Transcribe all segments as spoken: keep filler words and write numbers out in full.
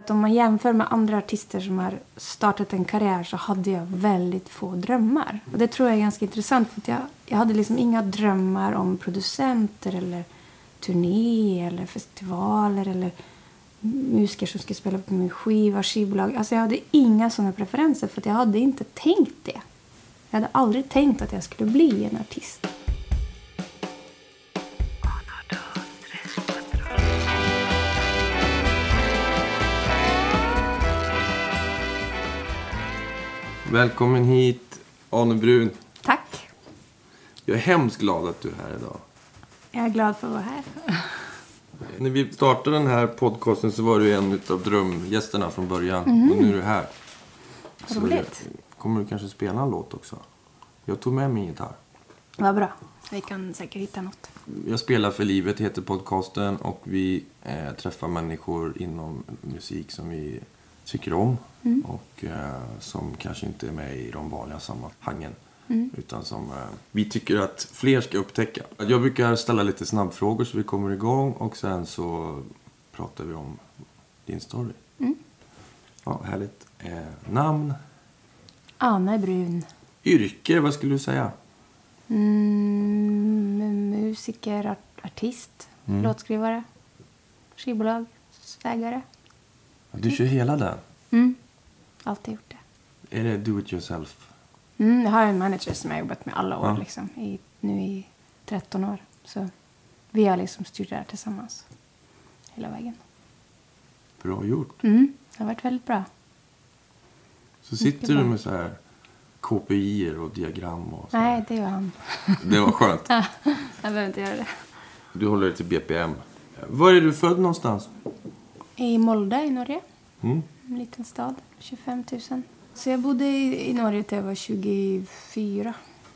att om man jämför med andra artister som har startat en karriär så hade jag väldigt få drömmar. Och det tror jag är ganska intressant för att jag, jag hade liksom inga drömmar om producenter eller turné eller festivaler eller musiker som ska spela på min skiva, skivbolag. Alltså jag hade inga sådana preferenser för att jag hade inte tänkt det. Jag hade aldrig tänkt att jag skulle bli en artist. Välkommen hit, Arne Brun. Tack. Jag är hemskt glad att du är här idag. Jag är glad för att vara här. När vi startade den här podcasten så var du en av drömgästerna från början. Mm. Och nu är du här. Roligt. Kommer du kanske spela en låt också? Jag tog med min gitarr. Vad bra. Vi kan säkert hitta något. Jag spelar för livet heter podcasten. Och vi eh, träffar människor inom musik som vi tycker om. Mm. Och eh, som kanske inte är med i de vanliga sammanhangen. Mm. Utan som eh, vi tycker att fler ska upptäcka. Jag brukar ställa lite snabbfrågor så vi kommer igång. Och sen så pratar vi om din story. Mm. Ja, härligt. Eh, namn? Arne Brun. Yrke, vad skulle du säga? Mm, musiker, art- artist, mm. låtskrivare, skivbolag, ägare. Du kör hela den? Mm, alltid gjort det. Är det do it yourself? Mm, jag har en manager som jag har jobbat med alla år, ja. liksom, i, nu i tretton år. Så vi har liksom styrt det här tillsammans hela vägen. Bra gjort. Mm, det har varit väldigt bra. Så sitter du med så här K P I-er och diagram och så. Nej, det var han. Det var skönt. Jag behöver inte göra det. Du håller dig till B P M. Var är du född någonstans? I Molde i Norge. Mm. En liten stad, tjugofem tusen. Så jag bodde i, i Norge till jag var tjugofyra.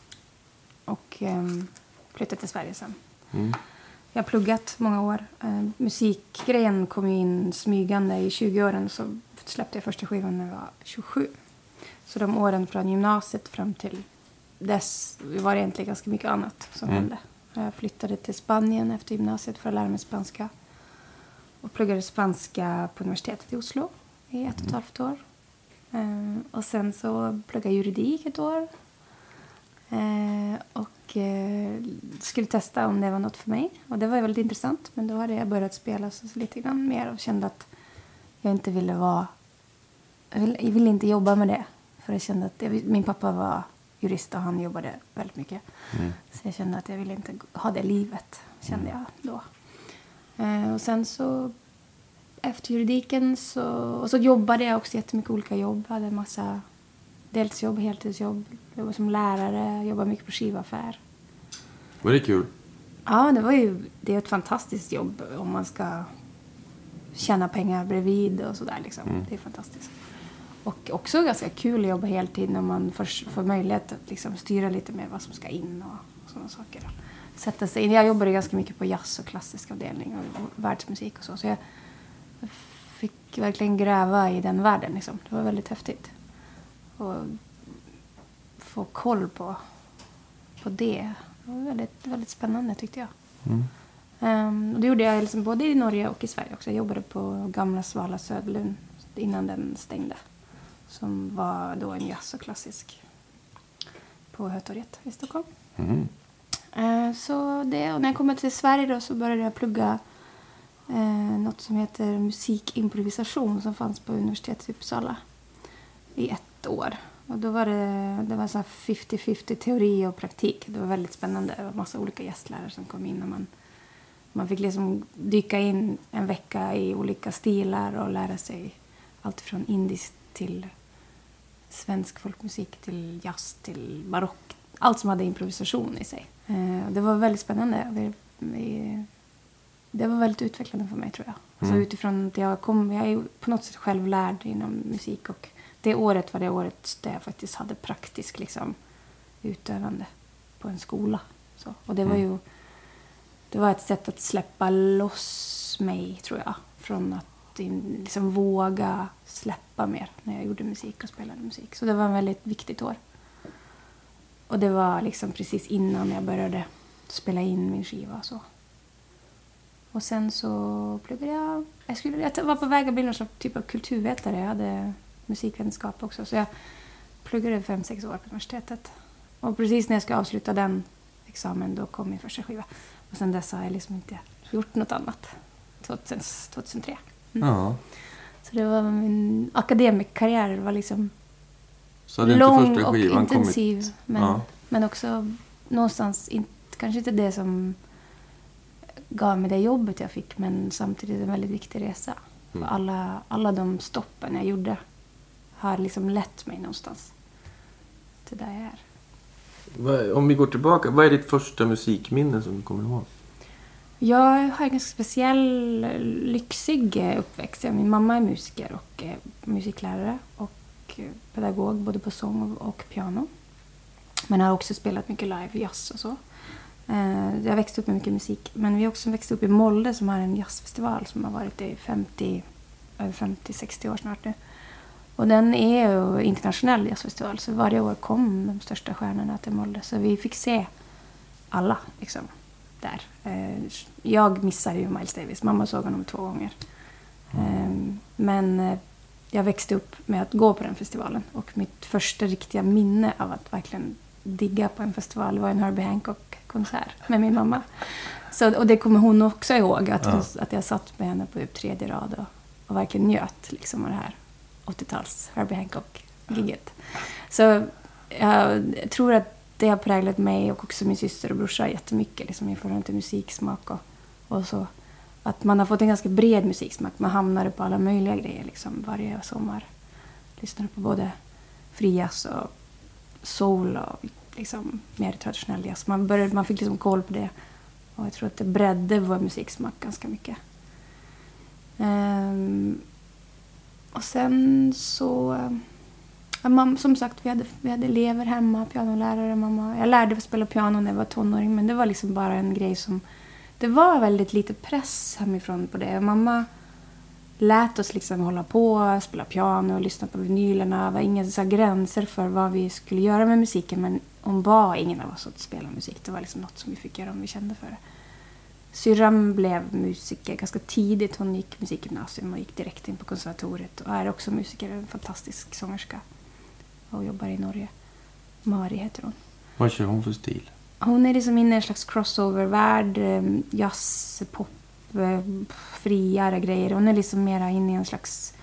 Och eh, flyttade till Sverige sen. Mm. Jag har pluggat många år. Eh, musikgrejen kom in smygande i tjugo-åren. Så släppte jag första skivan när jag var tjugosju. Så de åren från gymnasiet fram till dess var det egentligen ganska mycket annat som mm. hände. Jag flyttade till Spanien efter gymnasiet för att lära mig spanska. Och pluggade spanska på universitetet i Oslo i ett och ett halvt år. Uh, och sen så pluggade jag juridik ett år. Uh, och uh, skulle testa om det var något för mig. Och det var väldigt intressant. Men då hade jag börjat spela så, så lite grann mer. Och kände att jag inte ville vara... Jag ville, jag ville inte jobba med det. För jag kände att jag, min pappa var jurist och han jobbade väldigt mycket. Mm. Så jag kände att jag ville inte ha det livet. Kände mm. jag då. Uh, och sen så... Efter juridiken så, och så jobbade jag också jättemycket olika jobb. Jag hade en massa deltidsjobb, heltidsjobb. Jag jobbade som lärare, jobbade mycket på skivaffär. Var det kul? Ja, det var ju det är ett fantastiskt jobb om man ska tjäna pengar bredvid och sådär liksom. Mm. Det är fantastiskt. Och också ganska kul att jobba heltid när man får, får möjlighet att liksom styra lite mer vad som ska in och sådana saker. Sätta sig in. Jag jobbade ganska mycket på jazz och klassisk avdelning och, och världsmusik och så. Så jag fick verkligen gräva i den världen liksom. Det var väldigt häftigt. Och få koll på, på det. Det var väldigt, väldigt spännande tyckte jag. Mm. Um, och det gjorde jag liksom både i Norge och i Sverige också. Jag jobbade på gamla Svala Söderlund innan den stängde. Som var då en jazz och klassisk på Hötorget i Stockholm. Mm. Uh, så det, och när jag kom till Sverige då så började jag plugga Eh, något som heter musikimprovisation som fanns på universitetet i Uppsala i ett år. Och då var det, det var så här femtio-femtio teori och praktik. Det var väldigt spännande. Det var massa olika gästlärare som kom in och man, man fick liksom dyka in en vecka i olika stilar och lära sig allt från indisk till svensk folkmusik till jazz till barock. Allt som hade improvisation i sig. Eh, det var väldigt spännande. Vi, vi, Det var väldigt utvecklande för mig tror jag. Mm. Så utifrån att jag kom, jag är på något sätt självlärd inom musik och det året var det året där jag faktiskt hade praktisk liksom utövande på en skola. Så. Och det var ju, det var ett sätt att släppa loss mig tror jag. Från att liksom våga släppa mer när jag gjorde musik och spelade musik. Så det var en väldigt viktigt år. Och det var liksom precis innan jag började spela in min skiva och så. Och sen så pluggade jag... Jag, skulle, jag var på väg att bli någon typ av kulturvetare. Jag hade musikvetenskap också. Så jag pluggade fem, sex år på universitetet. Och precis när jag ska avsluta den examen, då kom min första skiva. Och sen dess har jag liksom inte gjort något annat. tjugohundratre. Mm. Ja. Så det var min akademikkarriär. Det var liksom så det lång inte första och skivan intensiv. Kommit... Men, ja. men också någonstans, in, kanske inte det som gav mig det jobbet jag fick, men samtidigt en väldigt viktig resa. Mm. Alla, alla de stoppen jag gjorde har liksom lett mig någonstans till där jag är. Om vi går tillbaka, vad är ditt första musikminne som du kommer ihåg? Jag har en ganska speciell, lyxig uppväxt. Min mamma är musiker och musiklärare och pedagog både på sång och piano. Men har också spelat mycket live, jazz och så. Jag växte upp med mycket musik. Men vi har också växt upp i Molde som har en jazzfestival som har varit i femtio, över femtio sextio år snart nu. Och den är ju internationell jazzfestival, så varje år kom de största stjärnorna till Molde. Så vi fick se alla liksom där. Jag missade ju Miles Davis. Mamma såg honom två gånger. Mm. Men jag växte upp med att gå på den festivalen. Och mitt första riktiga minne av att verkligen digga på en festival var en Herbie Hancock-konsert med min mamma. Så, och det kommer hon också ihåg. Att, hon, ja. att jag satt med henne på tredje rad och, och verkligen njöt liksom, av det här åttio-tals Herbie Hancock-gigget. Så jag tror att det har präglat mig och också min syster och brorsa jättemycket. Liksom, i förhållande till musiksmak och, och så. Att man har fått en ganska bred musiksmak. Man hamnade på alla möjliga grejer liksom, varje sommar. Lyssnade på både fri jazz och soul och liksom, mer traditionell jazz. Man, började, man fick liksom koll på det. Och jag tror att det bredde vår musiksmak ganska mycket. Um, och sen så... Ja, mamma, som sagt, vi hade, vi hade elever hemma, pianolärare, mamma. Jag lärde att spela piano när jag var tonåring, men det var liksom bara en grej som... Det var väldigt lite press hemifrån på det. Mamma lät oss liksom hålla på, spela piano och lyssna på vinylerna. Det var inga så gränser för vad vi skulle göra med musiken, men hon var ingen av oss att spela musik. Det var liksom något som vi fick göra om vi kände för det. Syrran blev musiker ganska tidigt. Hon gick musikgymnasium och gick direkt in på konservatoriet. Och är också musiker, en fantastisk sångerska. Och jobbar i Norge. Mari heter hon. Vad kör hon för stil? Hon är liksom inne i en slags crossover-värld. Jazz, pop, friare grejer. Hon är liksom mera inne i en slags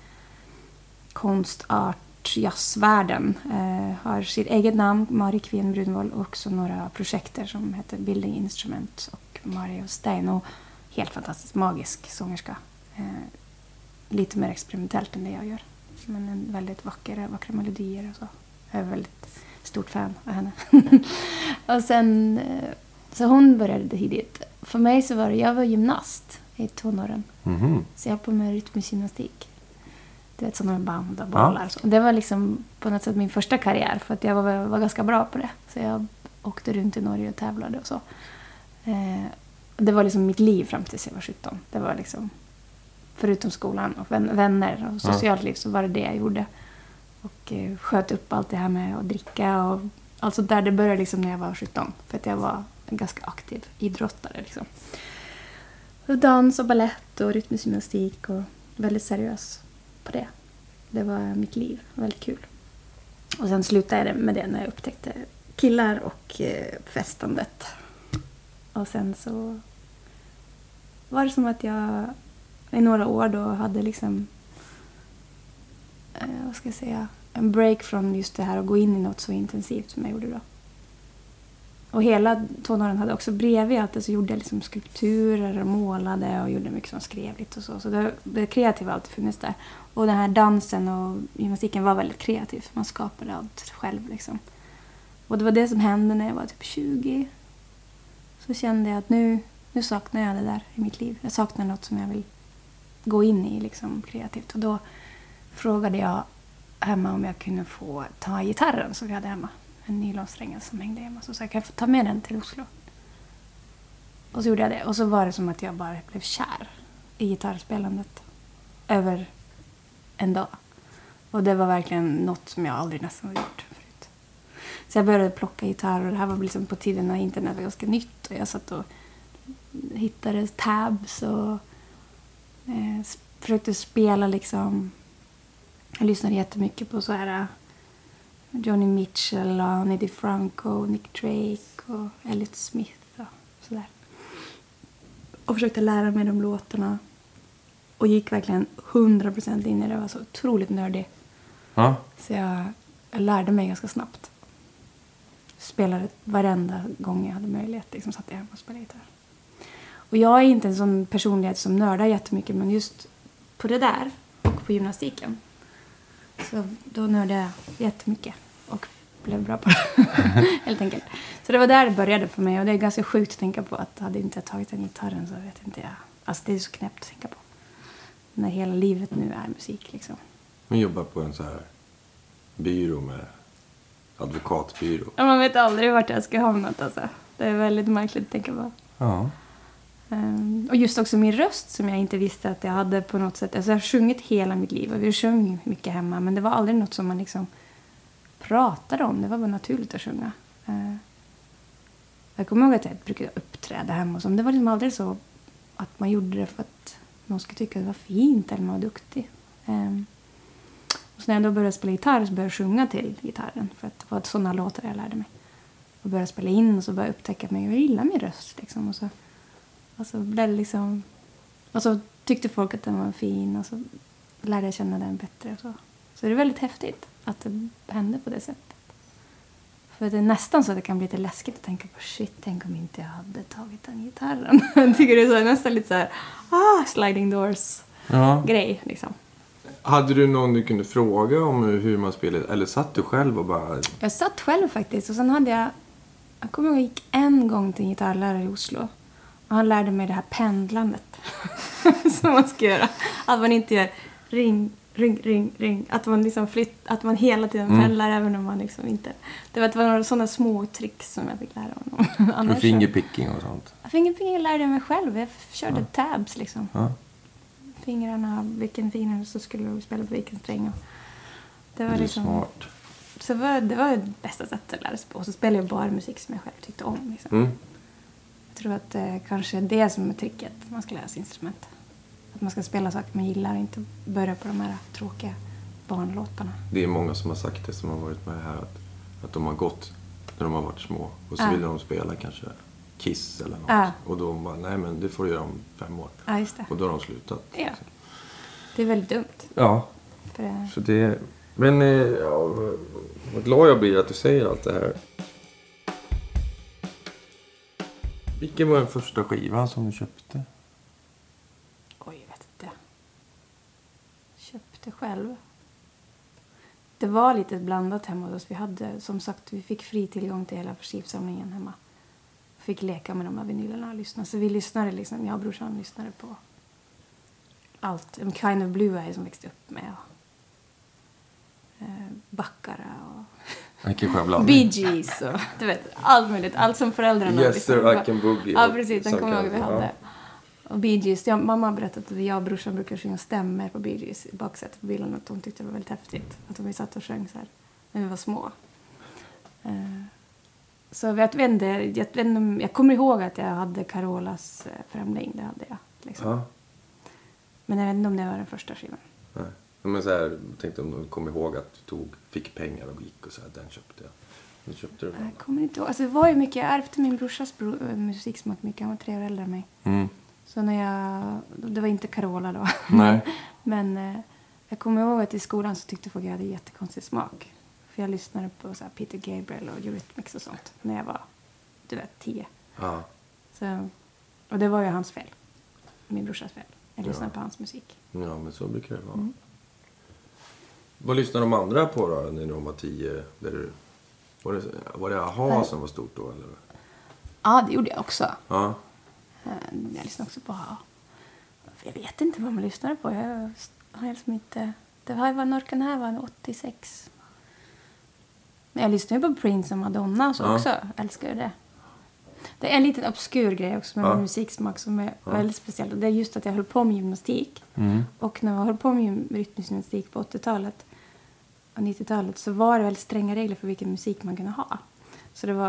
konstart, jazzvärlden. Eh, har sitt eget namn, Mari Kvien Brunvoll. Och också några projekter som heter Building Instruments och Mario Stein. Och helt fantastiskt magisk sångerska. Eh, lite mer experimentellt än det jag gör. Men en väldigt vacker, vackra melodier och så. Jag är väldigt stort fan av henne. Och sen, så hon började tidigt. För mig så var det, jag var gymnast i tonåren. Mm-hmm. Så jag höll på med rytmgymnastik. Du vet, sådana band och bollar. Ja. Så. Det var liksom på något sätt min första karriär. För att jag var, var ganska bra på det. Så jag åkte runt i Norge och tävlade och så. Eh, det var liksom mitt liv fram tills jag var sjutton. Det var liksom... Förutom skolan och vänner och socialt liv så var det det jag gjorde. Och eh, sköt upp allt det här med att dricka och allt sånt där. Det började liksom när jag var sjutton. För att jag var en ganska aktiv idrottare liksom. Och dans och ballett och rytmgymnastik och väldigt seriös på det. Det var mitt liv. Väldigt kul. Och sen slutade jag med det när jag upptäckte killar och eh, festandet. Och sen så var det som att jag... I några år då hade liksom eh, vad ska jag säga, en break från just det här att gå in i något så intensivt som jag gjorde då. Och hela tonåren hade också bredvid allt det så gjorde jag liksom skulpturer och målade och gjorde mycket som skrev lite och så. Så det, det kreativa har alltid funnits där. Och den här dansen och gymnastiken var väldigt kreativ. Man skapade allt själv liksom. Och det var det som hände när jag var typ tjugo. Så kände jag att nu, nu saknar jag det där i mitt liv. Jag saknar något som jag vill gå in i liksom kreativt. Och då frågade jag hemma om jag kunde få ta gitarren som vi hade hemma. En nylonsträngel som hängde hemma. Så sa jag, kan jag få ta med den till Oslo? Och så gjorde jag det. Och så var det som att jag bara blev kär i gitarrspelandet. Över en dag. Och det var verkligen något som jag aldrig nästan hade gjort förut. Så jag började plocka gitarr. Och det här var liksom på tiden när internet var ganska nytt. Och jag satt och hittade tabs och eh, försökte spela liksom. Jag lyssnade jättemycket på så här Johnny Mitchell och Eddie Franco, Nick Drake och Elliot Smith och sådär. Och försökte lära mig de låtarna. Och gick verkligen hundra procent in i det. Det var så otroligt nördig. Ja. Så jag, jag lärde mig ganska snabbt. Spelade varenda gång jag hade möjlighet. Liksom satt jag hemma och spelade gitarr. Och jag är inte en sån personlighet som nördar jättemycket. Men just på det där och på gymnastiken. Så då nördade jag jättemycket. Och blev bra på det. Helt enkelt. Så det var där det började för mig. Och det är ganska sjukt att tänka på att hade inte jag tagit den gitarren så vet inte jag. Alltså det är så knäppt att tänka på. När hela livet nu är musik liksom. Man jobbar på en så här byrå med advokatbyrå. Ja, man vet aldrig vart jag ska hamna alltså. Det är väldigt märkligt att tänka på. Ja. Um, och just också min röst som jag inte visste att jag hade på något sätt. Alltså jag har sjungit hela mitt liv och vi sjöng mycket hemma. Men det var aldrig något som man liksom pratade om. Det var bara naturligt att sjunga. Uh, jag kommer ihåg att jag brukade uppträda hemma och så. Men det var liksom aldrig så att man gjorde det för att någon skulle tycka att det var fint eller man var duktig. Um, och så när jag då började spela gitarr så började jag sjunga till gitarren. För att det var sådana låtar jag lärde mig. Och började spela in och så började jag upptäcka att jag gillar min röst liksom. Och så, och så blev det liksom... Och så tyckte folk att den var fin och så lärde jag känna den bättre och så. Så det är väldigt häftigt att det hände på det sättet. För det är nästan så att det kan bli lite läskigt att tänka på shit, tänk om inte jag hade tagit den gitarren. Jag tycker det är så, nästan lite så här ah, sliding doors Ja. grej liksom. Hade du någon du kunde fråga om hur man spelade? Eller satt du själv och bara... Jag satt själv faktiskt och sen hade jag... Jag kommer ihåg att jag gick en gång till en gitarrlärare i Oslo. Och han lärde mig det här pendlandet. Som man ska göra. Att man inte gör ring, ring, ring, ring. Att man liksom flytt, att man hela tiden mm. pendlar även om man liksom inte... Det var, det var några sådana små tricks som jag fick lära honom. Och fingerpicking och sånt? Fingerpicking lärde jag mig själv. Jag körde ja. tabs liksom. Ja. Fingrarna, vilken finger så skulle du spela på vilken sträng. Och det var det är liksom... smart. Så det var, det var det bästa sättet att lära sig på. Och så spelade jag bara musik som jag själv tyckte om. Liksom. Mm. Jag tror att det eh, kanske är det som är tricket. Man ska lära sig instrument. Att man ska spela saker man gillar och inte börja på de här tråkiga barnlåtarna. Det är många som har sagt det som har varit med här. Att, att de har gått när de har varit små. Och så ja. vill de spela kanske Kiss eller något. Ja. Och då bara, nej men det får du göra om fem år. Ja, just det. Och då har de slutat. Ja. Det är väldigt dumt. Ja. För det... Så det... Men ja, vad glad jag blir att du säger allt det här. Vilken var den första skivan som du köpte? Oj, jag vet inte. Köpte själv. Det var lite blandat hemma hos oss. Vi hade, som sagt, vi fick fri tillgång till hela skivsamlingen hemma. Fick leka med de här vinylerna och lyssna. Så vi lyssnade liksom, jag och brorsan lyssnade på allt. En Kind of Blue Eye som växte upp med. Och, eh, Baccara och Bee Gees och du vet, allt möjligt. Allt som föräldrarna Yes, liksom, sir, I can boogie. Ja, precis. Den kommer jag ihåg vi hade. Ja. Och Bee Gees. Jag, mamma berättade att jag och brorsan brukar sjunga stämmer på Bee Gees i baksätet på bilen. Att de tyckte det var väldigt häftigt. Att de satt och sjöng så här när vi var små. Uh, så jag vet inte, jag, vet inte, jag kommer ihåg att jag hade Carolas Främling. Det hade jag. Liksom. Ja. Men jag vet inte om det var den första skivan. Nej. Men så här, jag tänkte om du kom ihåg att du tog, fick pengar och gick och så här, den köpte jag. Den köpte du. Jag kommer inte ihåg. Alltså det var ju mycket, jag ärvde min brorsas bro, musiksmak mycket. Han var tre år äldre än mig. Mm. Så när jag, det var inte Carola då. Nej. Men eh, jag kommer ihåg att i skolan så tyckte folk att jag hade jättekonstig smak. För jag lyssnade på så här Peter Gabriel och Eurythmics och sånt. När jag var, du vet, tio. Ja. Så, och det var ju hans fel. Min brorsas fel. Jag lyssnade Ja. på hans musik. Ja, men så brukar det vara. Mm. Vad lyssnade de andra på då när de var tio? Där du, var det, var det Aha Nej. som var stort då? Eller? Ja, det gjorde jag också. Ja. Jag lyssnade också på A. Jag vet inte vad man lyssnade på. Jag har liksom inte... Det var vad Norken här var åttiosex. Men jag lyssnade ju på Prince och Madonna och så ja. också. Jag älskar det. Det är en liten obskur grej också med ja. min musiksmak som är ja. väldigt speciell. Och det är just att jag höll på med gymnastik. Mm. Och när jag höll på med rytmisk gymnastik på åttiotalet och nittiotalet så var det väldigt stränga regler för vilken musik man kunde ha. Så det var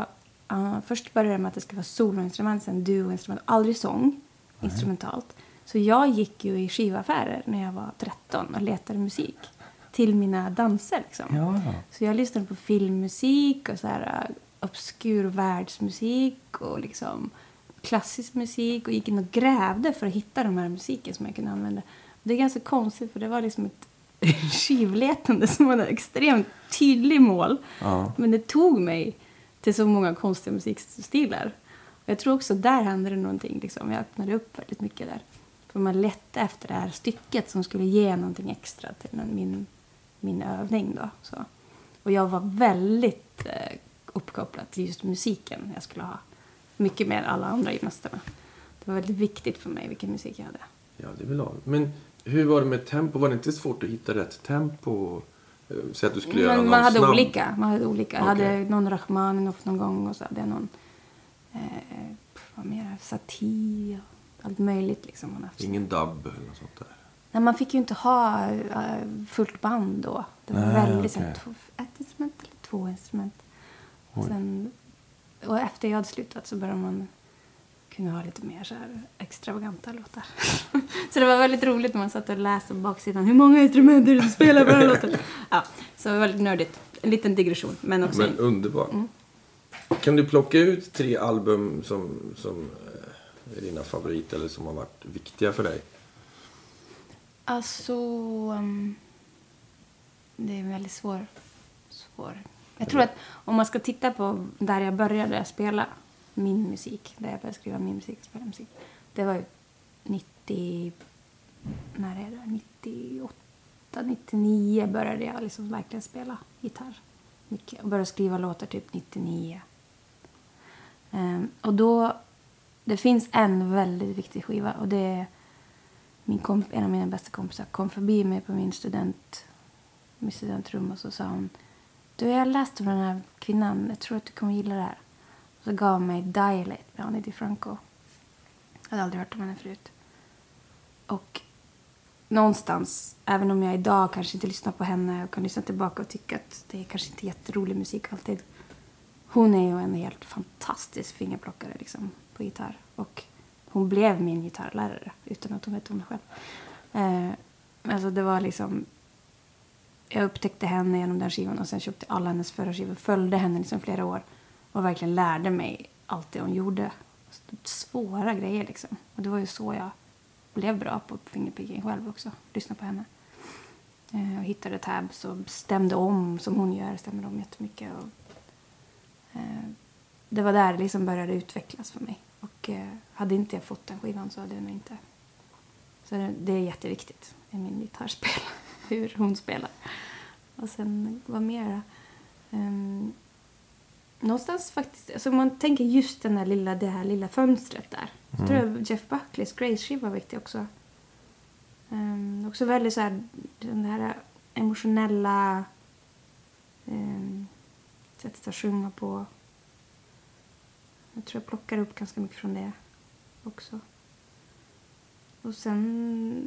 uh, först började det med att det skulle vara soloinstrument, sen duoinstrument, aldrig sång, mm. instrumentalt. Så jag gick ju i skivaffärer när jag var tretton och letade musik till mina danser liksom. Ja. Så jag lyssnade på filmmusik och så här obskur världsmusik och liksom klassisk musik och gick in och grävde för att hitta de här musiken som jag kunde använda. Och det är ganska konstigt för det var liksom ett skivletande som var en extremt tydlig mål. Ja. Men det tog mig till så många konstiga musikstilar. Och jag tror också där hände det någonting. Liksom. Jag öppnade upp väldigt mycket där. För man letade efter det här stycket som skulle ge någonting extra till min, min övning. Då, så. Och jag var väldigt eh, uppkopplad till just musiken jag skulle ha. Mycket mer än alla andra gymnasterna. Det var väldigt viktigt för mig vilken musik jag hade. Ja, det vill jag. Men hur var det med tempo? Var det inte svårt att hitta rätt tempo? Så att du skulle göra Men någon man hade snabb... olika. Man hade olika. Jag Okay. hade någon Rachmaninoff någon gång och så hade jag någon eh, vad mer, Satie och allt möjligt liksom. Man haft. Ingen dubb eller något sånt där? Nej, man fick ju inte ha uh, fullt band då. Det var Nej, väldigt okay. så, ett instrument eller två instrument. Sen, och efter jag hade slutat så började man kunna ha lite mer så här extravaganta låtar. Så det var väldigt roligt när man satt och läste på baksidan. Hur många instrument är det du spelar på den här låten? Ja, så det var väldigt nördigt. En liten digression. Men, också men underbart. Mm. Kan du plocka ut tre album som, som är dina favoriter eller som har varit viktiga för dig? Alltså, um, det är väldigt svår, svår. Jag tror att om man ska titta på där jag började spela min musik, där jag började skriva min musik och spela musik. Det var ju nittio, när är det? nittioåtta, nittionio började jag liksom verkligen spela gitarr. Mycket. Och började skriva låtar typ nittionio. Um, och då, det finns en väldigt viktig skiva och det är min komp, en av mina bästa kompisar kom förbi mig på min student, min studentrum och så sa hon: du, jag har läst om den här kvinnan, jag tror att du kommer gilla det här. Och så gav mig Dilate med Ani DiFranco. Jag hade aldrig hört om henne förut. Och någonstans, även om jag idag kanske inte lyssnar på henne och kan lyssna tillbaka och tycka att det är kanske inte jätterolig musik alltid. Hon är ju en helt fantastisk fingerplockare liksom, på gitarr. Och hon blev min gitarrlärare utan att hon vet om det själv. Eh, alltså det var liksom... Jag upptäckte henne genom den skivan och sen köpte alla hennes förra skivor. Följde henne liksom flera år och verkligen lärde mig allt det hon gjorde. Svåra grejer liksom. Och det var ju så jag blev bra på fingerpicking själv också. Lyssna på henne. Eh, och hittade tabs och stämde om som hon gör. Stämde om jättemycket. Och, eh, det var där det liksom började utvecklas för mig. Och eh, hade inte jag fått den skivan så hade jag nog inte. Så det, det är jätteviktigt i min gitarrspel. Hur hon spelar. Och sen vad mer? Um, någonstans faktiskt. Alltså man tänker just den där lilla, det här lilla fönstret där. Mm. Så tror jag Jeff Buckleys Grace-skiva var viktig också. Um, också väldigt så här, den här emotionella um, sättet att sjunga på. Jag tror jag plockar upp ganska mycket från det också. Och sen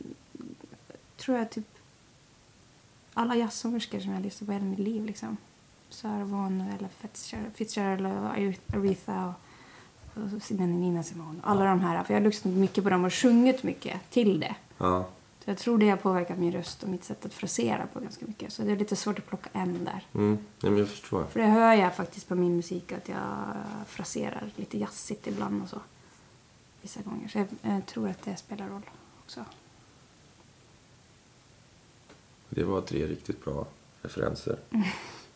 tror jag typ alla jazzsångerskor som jag lyssnat på hela mitt liv liksom. Sarah Vaughan eller Fitzgerald, Fitzgerald och Aretha och, och Nina Simone. Alla de här. För jag har lyssnat mycket på dem och sjungit mycket till det. Ja. Så jag tror det har påverkat min röst och mitt sätt att frasera på ganska mycket. Så det är lite svårt att plocka en där. Mm, men jag förstår. För det hör jag faktiskt på min musik att jag fraserar lite jazzigt ibland och så. Vissa gånger. Så jag, jag tror att det spelar roll också. Det var tre riktigt bra referenser. Mm.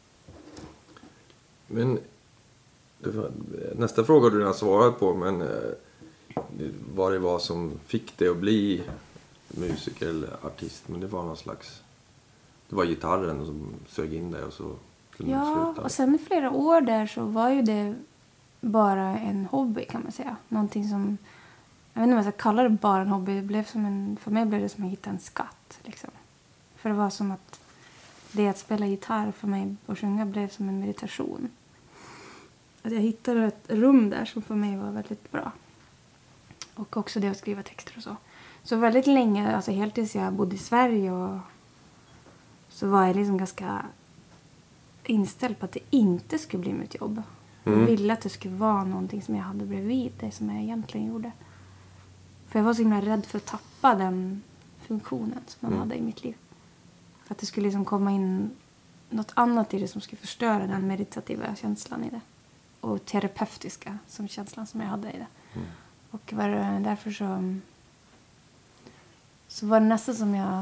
Men det var, nästa fråga har du redan svarat på, men vad det var som fick dig att bli musiker eller artist, men det var någon slags, det var gitarren som sög in dig och så kunde du Ja, sluta. och sen i flera år där så var ju det bara en hobby kan man säga. Någonting som, jag vet inte om jag ska kalla det bara en hobby, det blev som en, för mig blev det som att hitta en skatt liksom. För det var som att det att spela gitarr för mig och sjunga blev som en meditation. Att jag hittade ett rum där som för mig var väldigt bra. Och också det att skriva texter och så. Så väldigt länge, alltså helt tills jag bodde i Sverige och så var jag liksom ganska inställd på att det inte skulle bli mitt jobb. Jag ville att det skulle vara någonting som jag hade bredvid det som jag egentligen gjorde. För jag var så himla rädd för att tappa den funktionen som man mm. hade i mitt liv. För att det skulle liksom komma in något annat i det som skulle förstöra den meditativa känslan i det. Och terapeutiska som känslan som jag hade i det. Mm. Och var, därför så, så var det nästan som jag...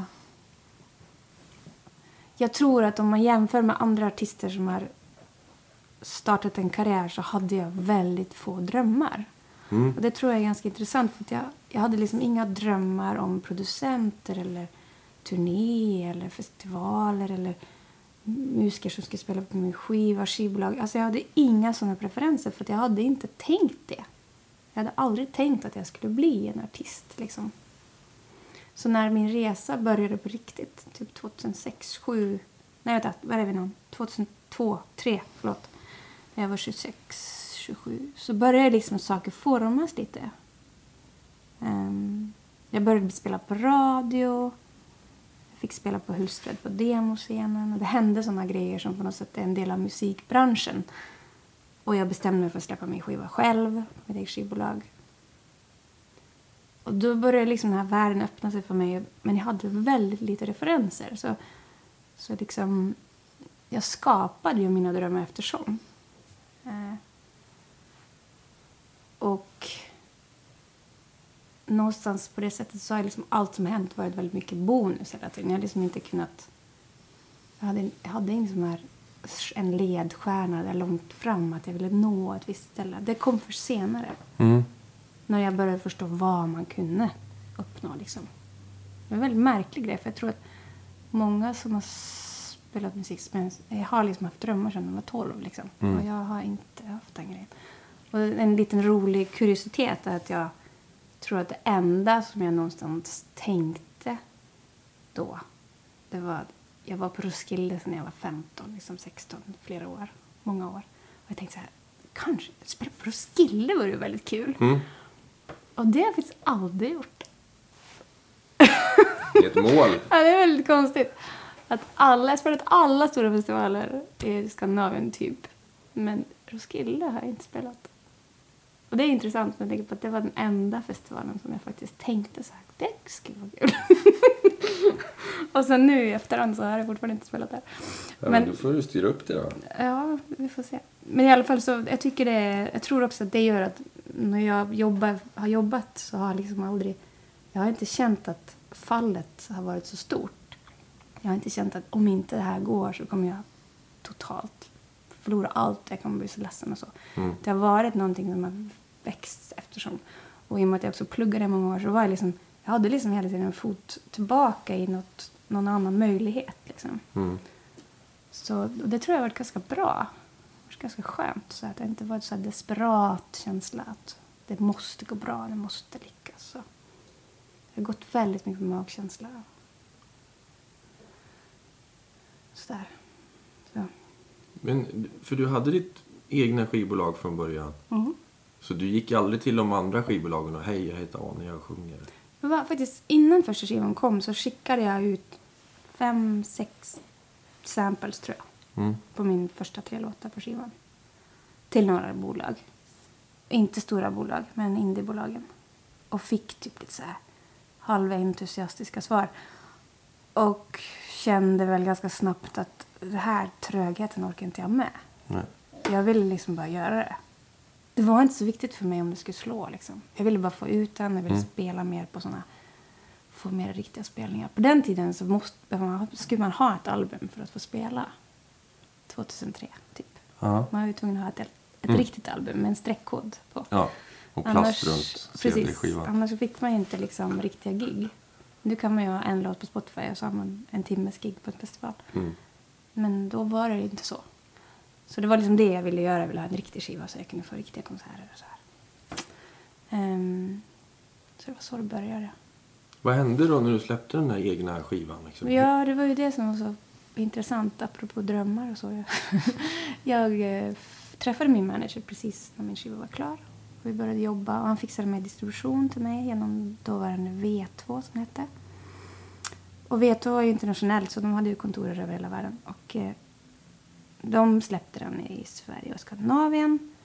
Jag tror att om man jämför med andra artister som har startat en karriär så hade jag väldigt få drömmar. Mm. Och det tror jag är ganska intressant för att jag, jag hade liksom inga drömmar om producenter eller turné eller festivaler eller musiker som skulle spela på min skiva, skivbolag. Alltså jag hade inga sådana preferenser för att jag hade inte tänkt det. Jag hade aldrig tänkt att jag skulle bli en artist liksom. Så när min resa började på riktigt, typ tjugohundrasex, sju, nej vänta, vad är vi nu? tjugohundratvå, tre, förlåt. När jag var tjugosex, tjugosju så började liksom saker formas lite. Um, jag började spela på radio. Jag fick spela på Hultsfred på demoscenen. Och det hände sådana grejer som på något sätt är en del av musikbranschen. Och jag bestämde mig för att släppa min skiva själv. Med eget skivbolag. Och då började liksom den här världen öppna sig för mig. Men jag hade väldigt lite referenser. Så, så liksom... Jag skapade ju mina drömmar eftersom. Eh, och... Någonstans på det sättet så har liksom allt som hänt varit väldigt mycket bonus hela tiden. Jag hade liksom inte kunnat... Jag hade, jag hade ingen sån här, en ledstjärna där långt fram att jag ville nå ett visst ställe. Det kom för senare. Mm. När jag började förstå vad man kunde uppnå liksom. Det är en väldigt märklig grej för jag tror att många som har spelat musik jag har liksom haft drömmar sedan de var tolv liksom. Mm. Och jag har inte haft den grejen. Och en liten rolig kuriositet är att jag tror att det enda som jag någonstans tänkte då, det var att jag var på Roskilde när jag var femton, liksom sexton, flera år, många år. Och jag tänkte så här, kanske spela på Roskilde var det väldigt kul. Mm. Och det har jag faktiskt aldrig gjort. Det är ett mål. Ja, det är väldigt konstigt. Att alla, jag har spelat alla stora festivaler i Skandinavien typ. Men Roskilde har jag inte spelat. Och det är intressant när jag tänker på att det var den enda festivalen som jag faktiskt tänkte så här, det skulle vara kul. Och sen nu i efterhand så har jag fortfarande inte spelat där. Ja, men då får du styra upp det då. Ja, vi får se. Men i alla fall så, jag tycker det, jag tror också att det gör att när jag jobbar, har jobbat så har jag liksom aldrig, jag har inte känt att fallet har varit så stort. Jag har inte känt att om inte det här går så kommer jag totalt förlora allt. Jag kommer bli så ledsen och så. Mm. Det har varit någonting som har växt eftersom. Och i och med att jag också pluggade i många år så var jag liksom, jag hade liksom hela tiden en fot tillbaka i något, någon annan möjlighet liksom. Mm. Så det tror jag har varit ganska bra. Det var ganska skönt så att det inte var så här desperat känsla att det måste gå bra, det måste lyckas. Så det har gått väldigt mycket med magkänsla. Sådär. Så. Men, för du hade ditt egna skivbolag från början. Mm. Så du gick aldrig till de andra skivbolagen och hej, jag heter Anne, jag sjunger. Det var faktiskt, innan första skivan kom så skickade jag ut fem, sex samples tror jag. Mm. På min första tre låtar på skivan. Till några bolag. Inte stora bolag, men indiebolagen. Och fick typ lite så här halva entusiastiska svar. Och kände väl ganska snabbt att det här trögheten orkar inte jag med. Nej. Jag ville liksom bara göra det. Det var inte så viktigt för mig om det skulle slå liksom. Jag ville bara få ut den, jag ville mm. spela mer på såna, få mer riktiga spelningar. På den tiden så måste man, skulle man ha ett album för att få spela. tjugohundratre typ. Ja. Man var ju tvungen att ha ett, ett mm. riktigt album med en streckkod på. Ja, och plast annars, runt C D-skivan. Annars fick man ju inte liksom riktiga gig. Nu kan man ju ha en låt på Spotify och så har man en timmes gig på en festival. Mm. Men då var det inte så. Så det var liksom det jag ville göra. Jag ville ha en riktig skiva så jag kunde få riktiga konserter och så här. Um, så det var så det började. Vad hände då när du släppte den här egna skivan? Liksom? Ja, det var ju det som var så intressant apropå drömmar och så. Jag eh, träffade min manager precis när min skiva var klar. Vi började jobba och han fixade med distribution till mig genom dåvarande V två som hette. Och V två var ju internationellt så de hade ju kontorer över hela världen. Och eh, de släppte den i Sverige och Skandinavien.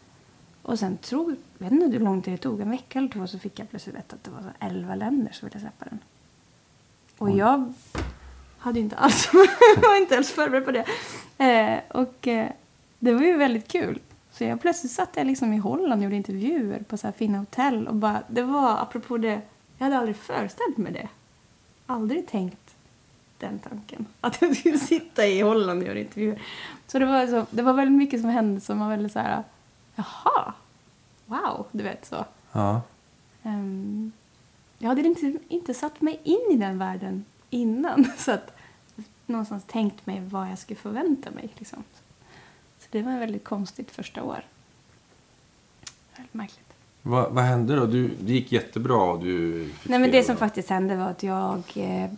Och sen tror, jag vet inte hur lång tid det tog, en vecka eller två, så fick jag plötsligt veta att det var så elva länder som ville släppa den. Och Oj. jag hade inte alls, var inte alls förberedd på det. Eh, och eh, det var ju väldigt kul. Så jag plötsligt satt jag liksom i Holland och gjorde intervjuer på så här fina hotell. Och bara, det var, apropå det, jag hade aldrig föreställt mig det. Aldrig tänkt den tanken. Att jag skulle sitta i Holland och göra intervjuer. Så det var, så, det var väldigt mycket som hände som var väldigt så här, jaha, wow, du vet så. Ja. Um, jag hade inte, inte satt mig in i den världen innan. Så att någonstans tänkt mig vad jag skulle förvänta mig. Liksom. Så det var väldigt konstigt första år. Väldigt märkligt. Va, vad hände då? Du, det gick jättebra. Du fick Nej, men det som faktiskt hände var att jag... Eh,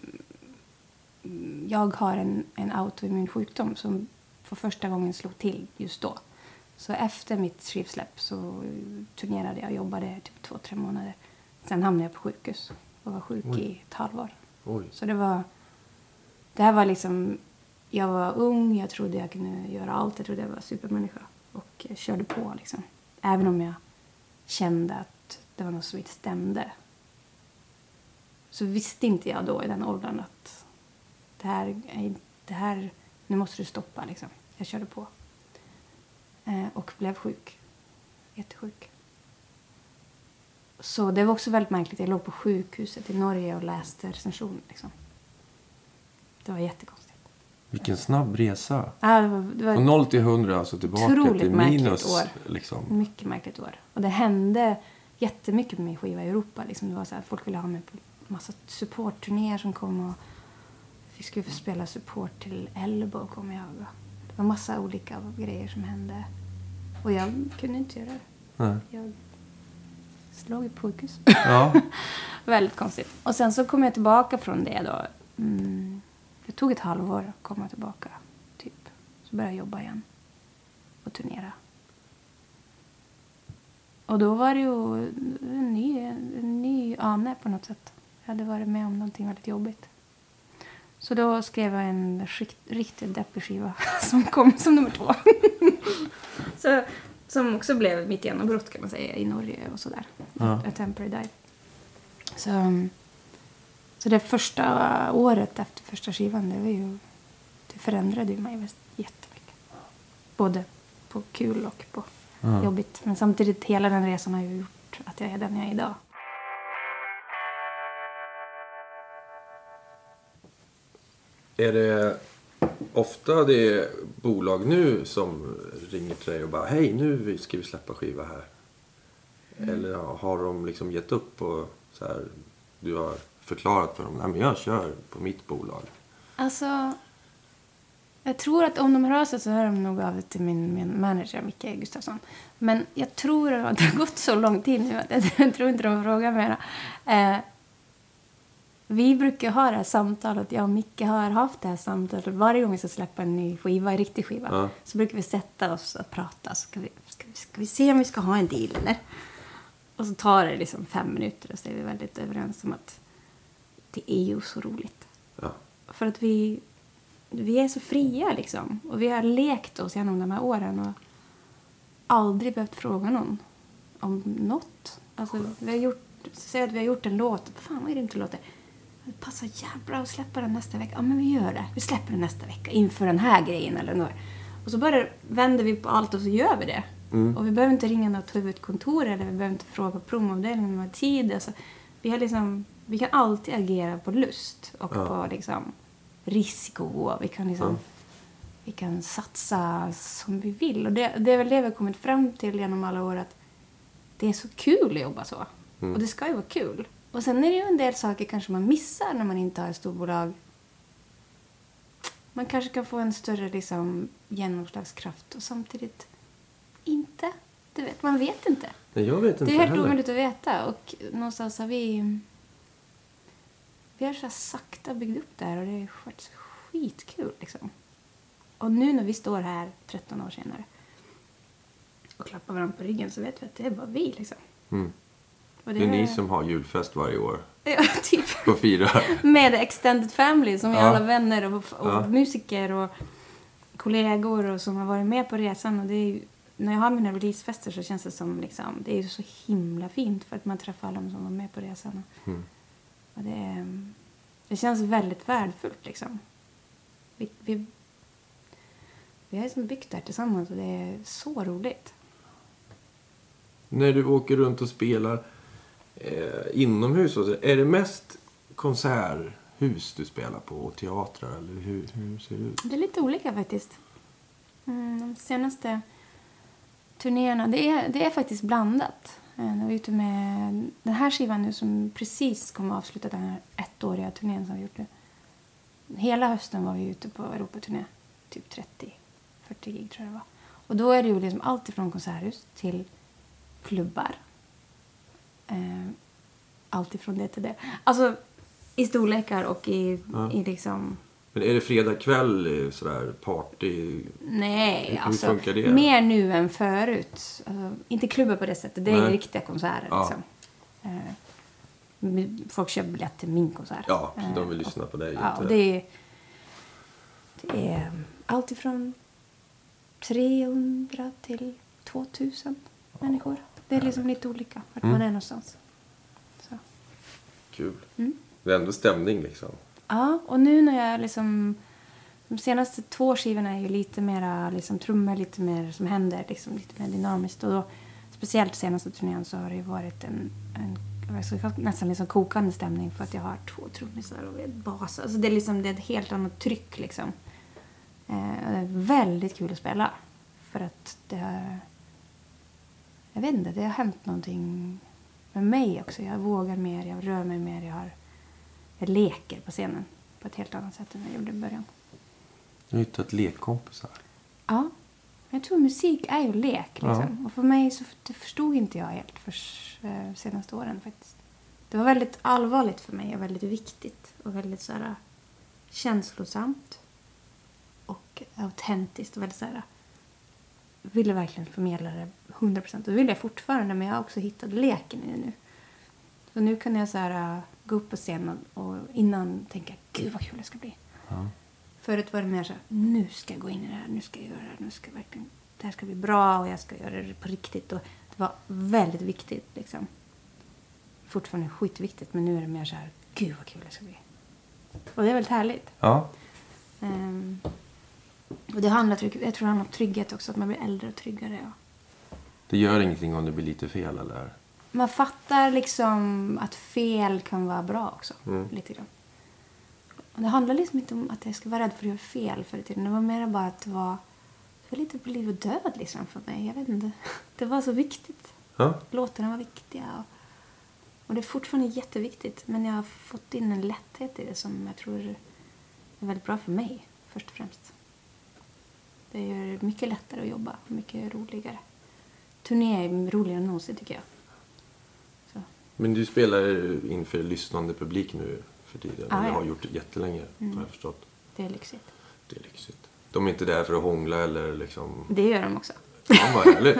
jag har en, en autoimmun sjukdom som för första gången slog till just då. Så efter mitt skivsläpp så turnerade jag och jobbade typ två, tre månader. Sen hamnade jag på sjukhus och var sjuk Oj. i ett halvår. Oj. Så det var... Det här var liksom... Jag var ung, jag trodde jag kunde göra allt. Jag trodde jag var supermänniska. Och jag körde på liksom. Även om jag kände att det var något som inte stämde. Så visste inte jag då i den åldern att det här, det här nu måste du stoppa liksom. Jag körde på. Eh, och blev sjuk. Jättesjuk. Så det var också väldigt märkligt. Jag låg på sjukhuset i Norge och läste recension liksom. Det var jättekonstigt. Vilken snabb resa. Ja, det var, det var från noll till hundra, alltså tillbaka till minus. År. Liksom. Mycket märkligt år. Och det hände jättemycket med min skiva i Europa. Liksom det var så här, folk ville ha mig på massa supportturnéer som kom. Och vi skulle få spela support till Elbow, kommer jag ihåg. Det var massa olika grejer som hände. Och jag kunde inte göra det. Nej. Jag slog i sjukhus. Ja. Väldigt konstigt. Och sen så kom jag tillbaka från det då. Mm. Det tog ett halvår att komma tillbaka, typ. Så började jag jobba igen. Och turnera. Och då var det ju en ny, en ny ane på något sätt. Jag hade varit med om någonting väldigt jobbigt. Så då skrev jag en rikt, riktigt deppig skiva som kom som nummer två. Så, som också blev mitt genombrott kan man säga i Norge och sådär. Ja. A Temporary Dive. Så... Så det första året efter första skivan, det var ju, det förändrade ju mig jättemycket. Både på kul och på mm. jobbigt. Men samtidigt, hela den resan har ju gjort att jag är den jag är idag. Är det ofta det är bolag nu som ringer till dig och bara hej, nu ska vi släppa skiva här? Mm. Eller har de liksom gett upp och så här, du har förklarat för dem, nej men jag kör på mitt bolag? Alltså, jag tror att om de hör sig så hör de nog av till min, min manager Micke Gustafsson. Men jag tror att det har gått så lång tid nu att jag tror inte de frågar mera. Eh, vi brukar ha det här samtalet, jag och Micke har haft det här samtalet varje gång vi ska släppa en ny skiva, en riktig skiva. Ja. Så brukar vi sätta oss och prata, ska vi, ska, vi, ska vi se om vi ska ha en deal eller? Och så tar det liksom fem minuter och så är vi väldigt överens om att det är ju så roligt. Ja. För att vi, vi är så fria liksom. Och vi har lekt oss genom de här åren och aldrig behövt fråga någon om något. Alltså, vi har gjort, säg att vi har gjort en låt. Fan, vad är det inte låter? Det passar jävla att släppa den nästa vecka. Ja, men vi gör det. Vi släpper den nästa vecka inför den här grejen eller något. Och så bara vänder vi på allt och så gör vi det. Mm. Och vi behöver inte ringa något huvudkontor eller vi behöver inte fråga promovdelningen om vad tid. Alltså, vi har liksom... Vi kan alltid agera på lust och ja. på liksom risiko. Vi kan liksom ja. vi kan satsa som vi vill. Och det, det är väl det vi har kommit fram till genom alla år att det är så kul att jobba så. Mm. Och det ska ju vara kul. Och sen är det ju en del saker kanske man missar när man inte har ett storbolag. Man kanske kan få en större liksom genomslagskraft och samtidigt inte. Du vet, man vet inte. Nej, jag vet inte det är helt heller. omöjligt att veta. Och någonstans har vi... Vi har så sakta byggt upp det här och det är skitkul liksom. Och nu när vi står här tretton år senare och klappar varandra på ryggen så vet vi att det är bara vi liksom. Mm. Och det, det är ni som har julfest varje år. Ja, typ. På fyra. Med extended family som är ja. alla vänner och, och ja. musiker och kollegor och som har varit med på resan och det är ju när jag har mina releasefester så känns det som liksom, det är ju så himla fint för att man träffar alla som var med på resan. Mm. Och det, är, det känns väldigt värdefullt liksom. Vi, vi, vi har liksom byggt det här tillsammans och det är så roligt. När du åker runt och spelar eh, inomhus, är det mest konserthus du spelar på och teatrar? Eller hur, hur ser det ut? Det är lite olika faktiskt. Mm, de senaste turnéerna, det är, det är faktiskt blandat. Jag var ute med den här skivan nu som precis kommer att avsluta den här ettåriga turnén som vi gjort nu. Hela hösten var vi ute på Europaturné. Typ trettio fyrtio gig tror jag det var. Och då är det ju liksom allt ifrån konserthus till klubbar. Eh, allt ifrån det till det. Alltså i storlekar och i, ja. i liksom... Men är det fredag kväll sådär party? Nej, hur, alltså hur funkar det? mer nu än förut. Alltså, inte klubbar på det sättet. Det är Nej. riktiga konserter Ja. liksom. Eh, folk köper biljett till min konsert. Ja, så de vill Eh, lyssna på dig. Ja, och det är, det är allt ifrån trehundra till tvåtusen människor. Det är liksom lite olika vart Mm. man är någonstans. Så. Kul. Mm. Det är ändå stämning liksom. Ja, och nu när jag liksom... De senaste två skivorna är ju lite mera liksom, trummor, lite mer som händer, liksom, lite mer dynamiskt. Och då, speciellt senaste turnén så har det ju varit en, en jag ska, nästan liksom kokande stämning för att jag har två trummisar och en bas. Alltså det är liksom det är ett helt annat tryck liksom. Eh, det är väldigt kul att spela. För att det har... Jag vet inte, det har hänt någonting med mig också. Jag vågar mer, jag rör mig mer, jag har... Jag leker på scenen på ett helt annat sätt än jag gjorde i början. Du har hittat lekkompisar. Ja, jag tror musik är ju lek. Liksom. Ja. Och för mig så det förstod inte jag helt för eh, senaste åren faktiskt. Det var väldigt allvarligt för mig och väldigt viktigt. Och väldigt så här, känslosamt. Och autentiskt. Och väldigt så här, jag ville verkligen förmedla det hundra procent. Och det vill jag fortfarande, men jag har också hittat leken i det nu. Så nu kan jag så här, gå upp på scenen och innan tänka, gud vad kul det ska bli. Ja. Förut var det mer så här, nu ska jag gå in i det här, nu ska jag göra det här, nu ska jag verkligen, det här ska bli bra och jag ska göra det på riktigt. Och det var väldigt viktigt liksom. Fortfarande skitviktigt, men nu är det mer så här, gud vad kul det ska bli. Och det är väldigt härligt. Ja. Um, och det handlar, jag tror det handlar om trygghet också, att man blir äldre och tryggare. Ja. Det gör ingenting om det blir lite fel eller? Man fattar liksom att fel kan vara bra också. Mm. Lite grann. Och det handlar liksom inte om att jag ska vara rädd för att göra fel för det. Det var mer bara att det var, det var lite på liv och död liksom för mig. Jag vet inte. Det var så viktigt. Ja. Låtarna var viktiga. Och, och det är fortfarande jätteviktigt. Men jag har fått in en lätthet i det som jag tror är väldigt bra för mig. Först och främst. Det gör det mycket lättare att jobba. Mycket roligare. Turné är roligare än någonsin tycker jag. Så. Men du spelar inför lyssnande publik nu för tiden. Ah, Eller ja. har gjort det jättelänge, Mm. har jag förstått. Det är lyxigt. Det är lyxigt. De är inte där för att hångla eller liksom... Det gör de också. Ja, vad härligt.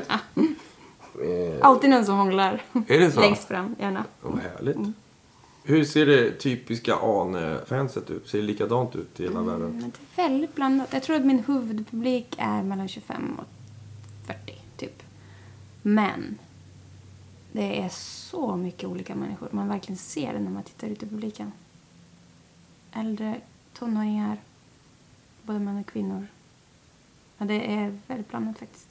eh, Alltid någon som hånglar. Är det så? Längst fram, gärna. Vad härligt. Mm. Hur ser det typiska Ane-fanset ut? Ser det likadant ut i hela Mm, världen? men det är väldigt blandat. Jag tror att min huvudpublik är mellan tjugofem och fyrtio, typ. Men det är så mycket olika människor. Man verkligen ser det när man tittar ut i publiken. Äldre, tonåringar, både män och kvinnor. Ja, det är väldigt blandat faktiskt.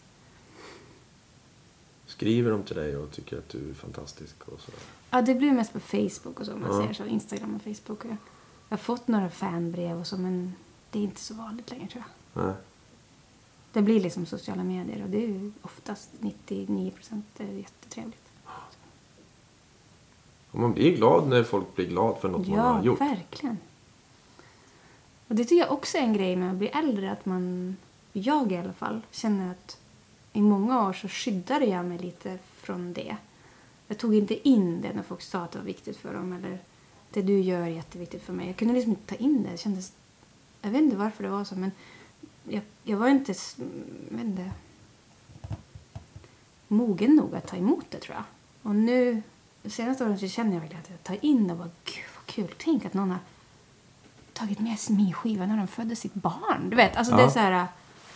Skriver de till dig och tycker att du är fantastisk och så? Ja, det blir mest på Facebook och så. Man Ja. ser så, Instagram och Facebook. Och jag har fått några fanbrev och så, men det är inte så vanligt längre tror jag. Nej. Det blir liksom sociala medier och det är ju oftast nittionio procent jättetrevligt. Och man blir glad när folk blir glad för något man Ja, har gjort. verkligen. Och det tycker jag också är en grej med att bli äldre. Att man, jag i alla fall, känner att i många år så skyddade jag mig lite från det. Jag tog inte in det när folk sa att det var viktigt för dem. Eller det du gör är jätteviktigt för mig. Jag kunde liksom inte ta in det. Det kändes, jag vet inte varför det var så, men jag, jag var inte, jag vet inte mogen nog att ta emot det tror jag. Och nu, de senaste åren så känner jag verkligen att jag tar in det och bara, gud vad kul. Tänk att någon har tagit med sin min skiva när de födde sitt barn. Du vet, alltså Ja. det är så här,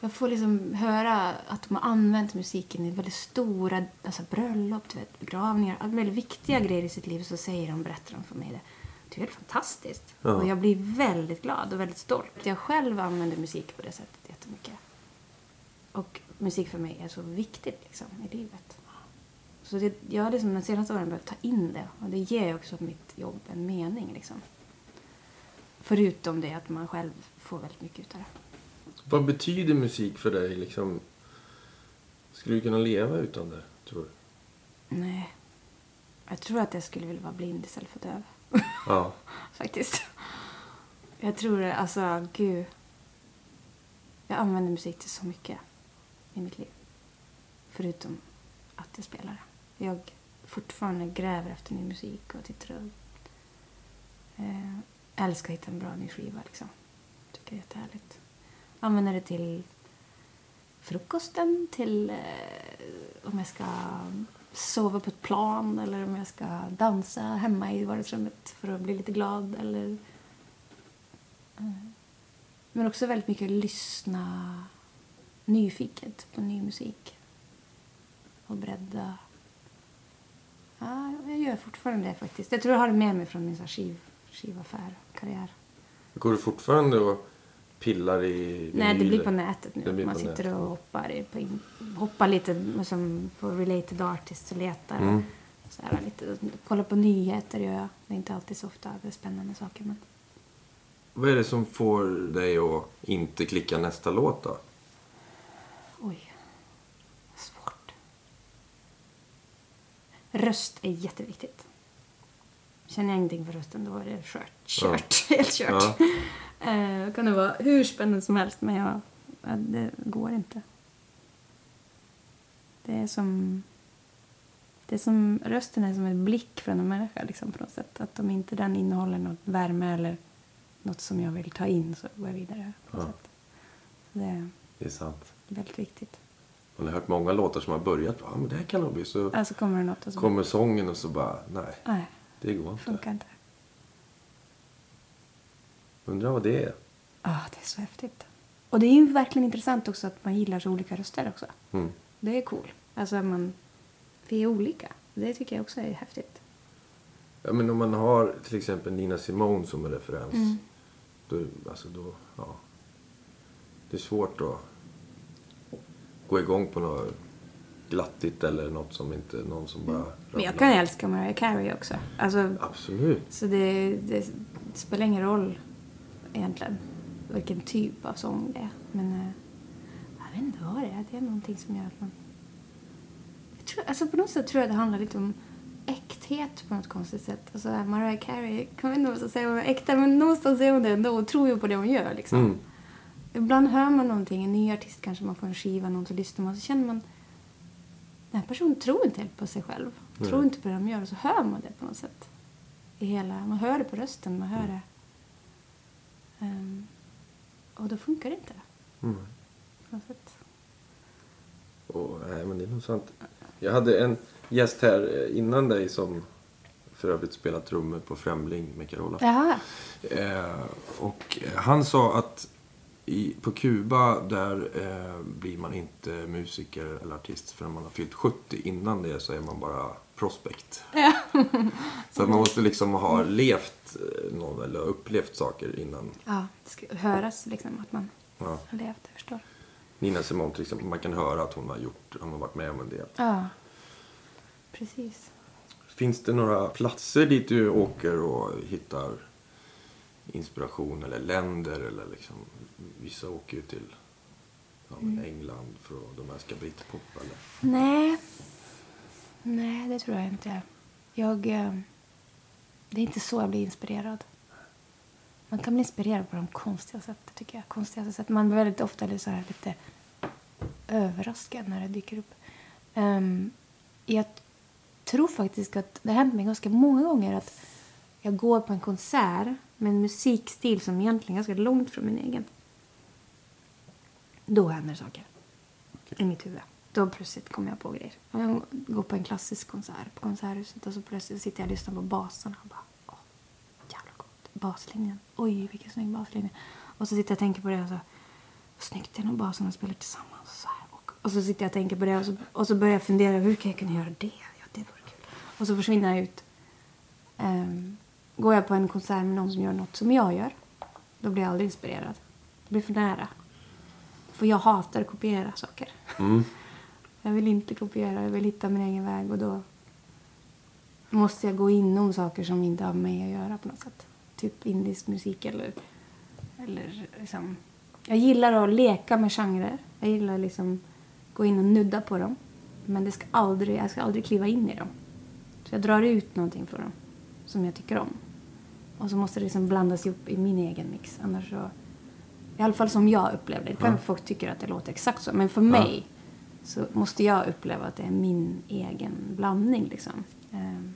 Jag får liksom höra att de har använt musiken i väldigt stora, alltså bröllop, du vet, begravningar, väldigt viktiga grejer i sitt liv, så säger de, berättar de för mig det. Det är helt fantastiskt. Ja. Och jag blir väldigt glad och väldigt stolt. Jag själv använder musik på det sättet jättemycket. Och musik för mig är så viktigt liksom i livet. Så det, jag har liksom de senaste åren börjat ta in det. Och det ger också mitt jobb en mening liksom. Förutom det att man själv får väldigt mycket av det. Vad betyder musik för dig liksom? Skulle du kunna leva utan det, tror du? Nej. Jag tror att jag skulle vilja vara blind istället för döv. Ja. Faktiskt. Jag tror, alltså, gud. Jag använder musik till så mycket i mitt liv. Förutom att jag spelar det. Jag fortfarande gräver efter ny musik och tittar och eh, älskar att hitta en bra ny skiva liksom. Tycker det är jättehärligt. Använder det till frukosten, till eh, om jag ska sova på ett plan eller om jag ska dansa hemma i vardagsrummet för att bli lite glad eller eh. Men också väldigt mycket lyssna nyfiket på ny musik och bredda. Ja, jag gör fortfarande det faktiskt. Jag tror jag har det med mig från min så här skiv, skivaffär, karriär. Går du fortfarande och pillar i vinyl? Nej, det blir på nätet nu. Man på sitter nätet. och hoppar, i, på in, hoppar lite som på Related Artists och letar. Mm. Så här, lite, kollar på nyheter gör jag. Det är inte alltid så ofta det är spännande saker. Men... Vad är det som får dig att inte klicka nästa låt då? Oj. Svårt. Röst är jätteviktigt. Känner jag ingenting för rösten, då är det kört. Kört. Ja. Helt kört. Ja. Eh, kan det vara hur spännande som helst, men jag, det går inte. Det är som... Det är som rösten är som en blick från en människa liksom, på något sätt. Att om inte den innehåller något värme eller något som jag vill ta in, så går jag vidare på något ja. sätt. Det, det är sant. Det är väldigt viktigt. Man har hört många låtar som har börjat. Ja, men det här kan nog bli så... Alltså kommer det något och så kommer bara... sången och så bara, nej. Nej. Det går inte. Funkar inte. Undrar vad det är. Ja, det är så häftigt. Och det är ju verkligen intressant också att man gillar så olika röster också. Mm. Det är cool. Alltså man... Vi är olika. Det tycker jag också är häftigt. Ja, men om man har till exempel Nina Simone som en referens. Mm. Då, alltså då, ja. Det är svårt att gå igång på något glattigt eller något som inte, någon som bara... Mm. Men jag kan älska Mariah Carey också. Alltså, absolut. Så det, det, det spelar ingen roll egentligen vilken typ av sång det är. Men äh, jag vet inte vad det är. Det är någonting som gör att man... Jag tror, alltså på något sätt tror jag det handlar lite om äkthet på något konstigt sätt. Alltså Mariah Carey, kan man inte säga hon är äkta, men någonstans är hon det ändå och tror ju på det hon gör liksom. Mm. Ibland hör man någonting, en ny artist kanske, man får en skiva, någon så lyssnar man, så känner man den här personen tror inte helt på sig själv. Mm. Tror inte på det de gör, och så hör man det på något sätt. I hela, man hör det på rösten, man hör det. Um, och då funkar det inte. Mm. På något sätt. Oh, nej, men det är nog sant. Jag hade en gäst här innan dig som för övrigt spelat trummor på Främling med Carola. Jaha. Eh, och han sa att i, på Kuba där eh, blir man inte musiker eller artist förrän man har fyllt sjuttio. Innan det så är man bara prospect. Ja. Så att man måste liksom ha levt någon, eller upplevt saker innan. Ja, det ska höras liksom att man ja. har levt, jag förstår. Nina Simone till exempel, man kan höra att hon har gjort, hon har varit med om en del. Ja, precis. Finns det några platser dit du åker och hittar inspiration eller länder eller liksom, vissa åker ju till ja, mm. England för att de älskar britpop eller? Nej. Nej, det tror jag inte. Jag, det är inte så jag blir inspirerad. Man kan bli inspirerad på de konstiga sätt, tycker jag. Konstiga sätt. Man blir väldigt ofta så här lite överraskad när det dyker upp. Um, jag tror faktiskt att det har hänt mig ganska många gånger att jag går på en konsert med en musikstil som egentligen är ganska långt från min egen. Då händer saker i mitt huvud. Då plötsligt kommer jag på grejer. Jag går på en klassisk konsert på konserthuset och så plötsligt sitter jag och lyssnar på basarna och bara, åh, jävla gott. Baslinjen. Oj, vilken snygg baslinje. Och så sitter jag och tänker på det och så vad snyggt det är nog bara som de spelar tillsammans. Så här. Och, och så sitter jag och tänker på det och så, och så börjar jag fundera, hur kan jag kunna göra det? Ja, det vore kul. Och så försvinner jag ut. Um, går jag på en konsert med någon som gör något som jag gör, då blir jag aldrig inspirerad. Det blir för nära. För jag hatar att kopiera saker. Mm. Jag vill inte kopiera, jag vill hitta min egen väg. Och då måste jag gå inom saker som inte har med mig att göra på något sätt. Typ indisk musik eller... eller liksom, jag gillar att leka med genrer. Jag gillar liksom gå in och nudda på dem. Men det ska aldrig, jag ska aldrig kliva in i dem. Så jag drar ut någonting för dem som jag tycker om. Och så måste det liksom blandas ihop i min egen mix. Annars så... I alla fall som jag upplevde det. Kan ja. Folk tycker att det låter exakt så. Men för mig ja. Så måste jag uppleva att det är min egen blandning. Liksom. Um,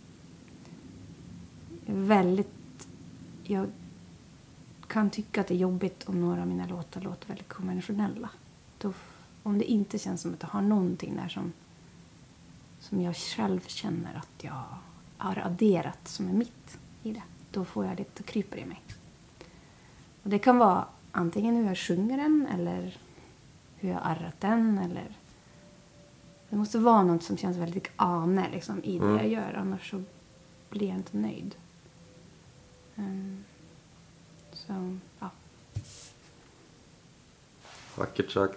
väldigt... Jag kan tycka att det är jobbigt om några av mina låtar låter väldigt konventionella. Då, om det inte känns som att jag har någonting där som, som jag själv känner att jag har adderat som är mitt i det. Då får jag lite kryper i mig. Och det kan vara antingen hur jag sjunger den eller hur jag arrat den. Eller... Det måste vara något som känns väldigt ane liksom, i det mm. jag gör. Annars så blir jag inte nöjd. Um, så, ja. Vackert sagt.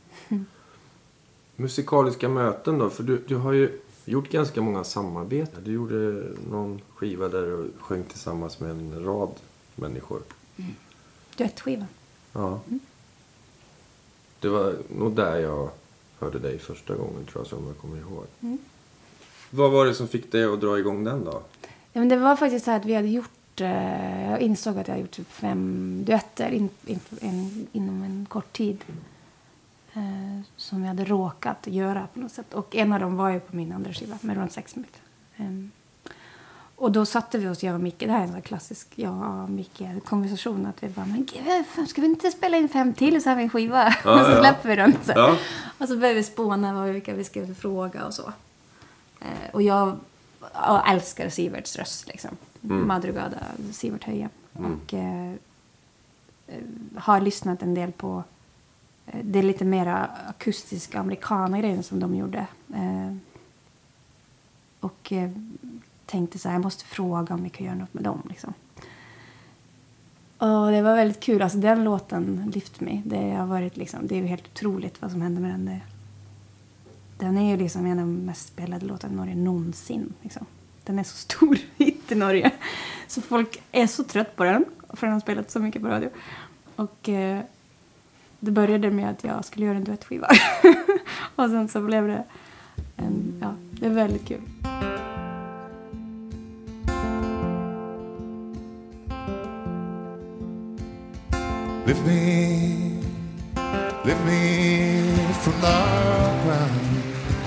Musikaliska möten då? För du, du har ju gjort ganska många samarbeten. Du gjorde någon skiva där du sjöng tillsammans med en rad människor. Mm. Duettskiva. Ja. Mm. Det var nog där jag hörde dig första gången, tror jag, som jag kommer ihåg. Mm. Vad var det som fick dig att dra igång den då? Ja, men det var faktiskt så här att vi hade gjort... Eh, jag insåg att jag hade gjort typ fem duetter in, in, in, inom en kort tid. Eh, som jag hade råkat göra på något sätt. Och en av dem var ju på min andra skiva med Ron Sexsmith. Eh, och då satte vi oss, jag och Micke, det här är en sån klassisk jag och Micke konversation, att vi bara, men gud, ska vi inte spela in fem till så här en skiva? Ja, och så ja. Släpper vi den. Så. Ja. Och så började vi spåna vilka vi skulle fråga och så. Eh, och jag, jag älskar Siverts röst liksom. Mm. Madrugada, Sivert Höje. Mm. Och eh, har lyssnat en del på eh, det lite mera akustiska amerikana grejen som de gjorde. Eh, och eh, tänkte så här, jag måste fråga om vi kan göra något med dem liksom. Och det var väldigt kul, alltså den låten Lift Me, det har varit liksom, det är ju helt otroligt vad som hände med den. Det, den är ju liksom en av de mest spelade låtarna i Norge någonsin liksom. Den är så stor hit i Norge. Så folk är så trött på den, för den har spelat så mycket på radio. Och eh, det började med att jag skulle göra en duettskiva. Och sen så blev det en, ja, det är väldigt kul. Lift me, lift me from the ground,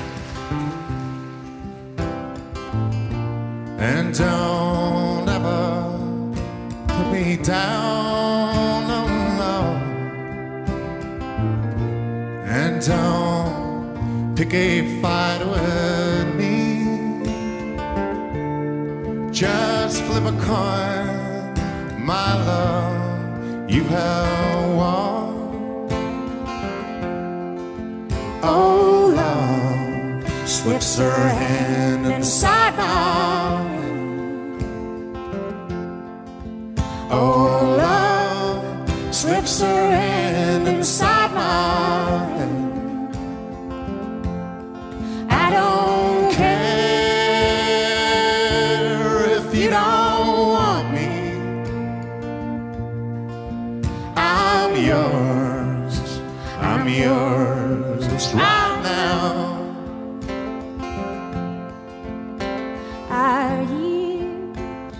and don't ever put me down, no, no. And don't pick a fight with me. Just flip a coin, my love. You have won. Oh, love slips her hand inside mine. Oh, love slips her hand inside mine. I don't care if you don't want me. Yours, I'm yours right now. Our years,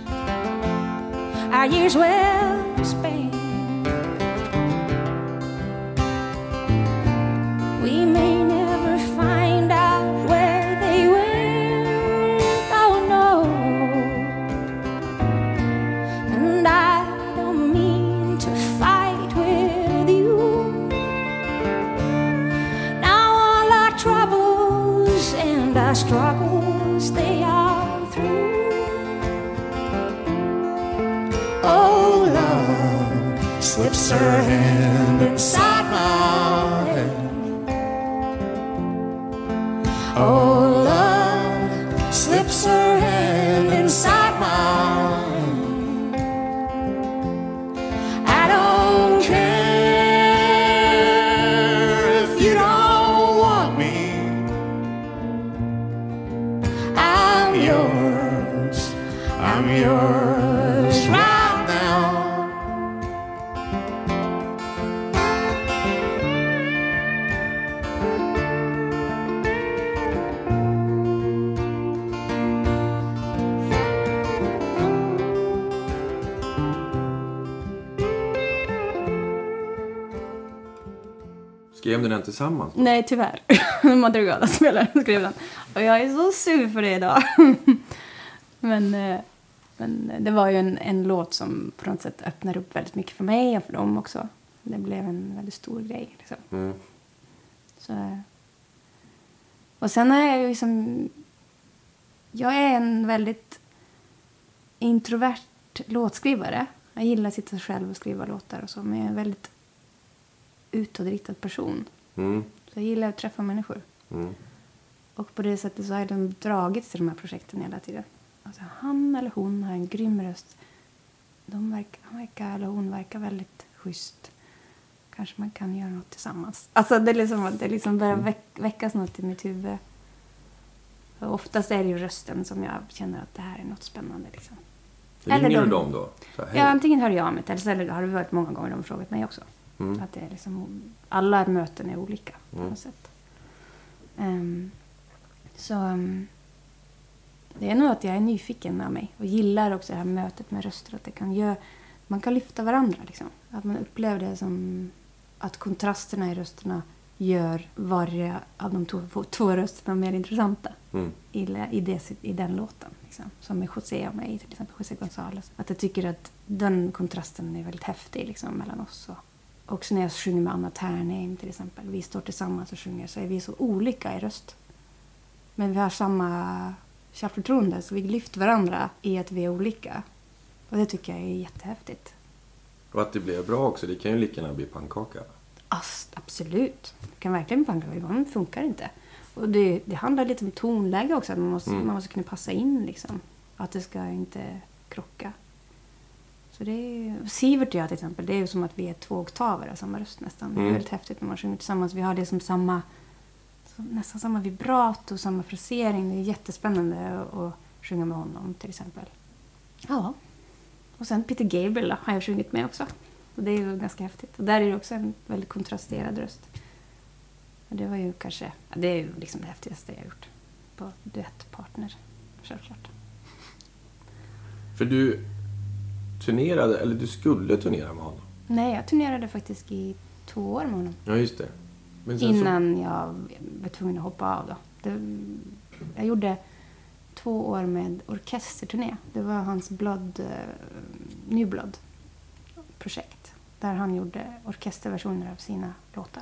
our years well spent. We may never find out where they went. Oh no, and I don't mean to fight. Troubles and our struggles, they are through. Oh, love slips slips her hand inside my hand. Oh, love slips her hand inside mine. I don't care if you don't want me. I'm yours, I'm yours right now. Skrev ni den tillsammans? Nej, tyvärr. Madrugada-spelaren skrev den. Och jag är så sur för det idag. men, eh, men det var ju en, en låt som på något sätt öppnar upp väldigt mycket för mig och för dem också. Det blev en väldigt stor grej. Liksom. Mm. Så, eh. och sen är jag ju liksom... Jag är en väldigt introvert låtskrivare. Jag gillar att sitta själv och skriva låtar och så. Men jag är en väldigt utåtriktad person. Mm. Så jag gillar att träffa människor. Mm. Och på det sättet så har de dragits till de här projekten hela tiden. Alltså han eller hon har en grym röst. De verkar, han verkar, eller hon verkar väldigt schysst. Kanske man kan göra något tillsammans. Alltså det är liksom, det liksom börjar väck, väckas något i mitt huvud. Och oftast är det ju rösten som jag känner att det här är något spännande. Liksom. Ringer de, du dem då? Så här, ja, antingen hör jag av mig eller så har det varit många gånger de har frågat mig också. Mm. Att det är liksom, alla möten är olika på Mm. något sätt. Um, så um, det är nog att jag är nyfiken av mig och gillar också det här mötet med röster, att det kan göra, man kan lyfta varandra liksom. Att man upplever det som att kontrasterna i rösterna gör varje av de två, två rösterna mer intressanta Mm. i, i, det, i den låten liksom. Som med José och mig, till exempel José González. Att jag tycker att den kontrasten är väldigt häftig liksom, mellan oss. Och också när jag sjunger med Anna Ternheim till exempel. Vi står tillsammans och sjunger, så är vi så olika i röst. Men vi har samma självförtroende, så vi lyfter varandra i att vi är olika. Och det tycker jag är jättehäftigt. Och att det blir bra också, det kan ju lika gärna bli pannkaka. Ast, absolut. Det kan verkligen bli pannkaka, ibland funkar inte. Och det, det handlar lite om tonläge också, att man måste, Mm. man måste kunna passa in liksom. Att det ska inte krocka. Så det är, Sivert och jag till exempel, det är ju som att vi är två oktaver av samma röst nästan. Det är Mm. väldigt häftigt när man sjunger tillsammans. Vi har det som samma, som nästan samma vibrato, samma frasering. Det är jättespännande att, att sjunga med honom till exempel. Ja. Och sen Peter Gabriel då, har jag sjungit med också. Och det är ju ganska häftigt. Och där är det också en väldigt kontrasterad röst. Och det var ju kanske, ja, det är ju liksom det häftigaste jag har gjort. På duettpartner, självklart. För du turnerade, eller du skulle turnera med honom. Nej, jag turnerade faktiskt i två år med honom. Ja, just det. Men sen Innan jag var tvungen att hoppa av då. Det, jag gjorde två år med orkesterturné. Det var hans Blood, uh, New Blood-projekt. Där han gjorde orkesterversioner av sina låtar.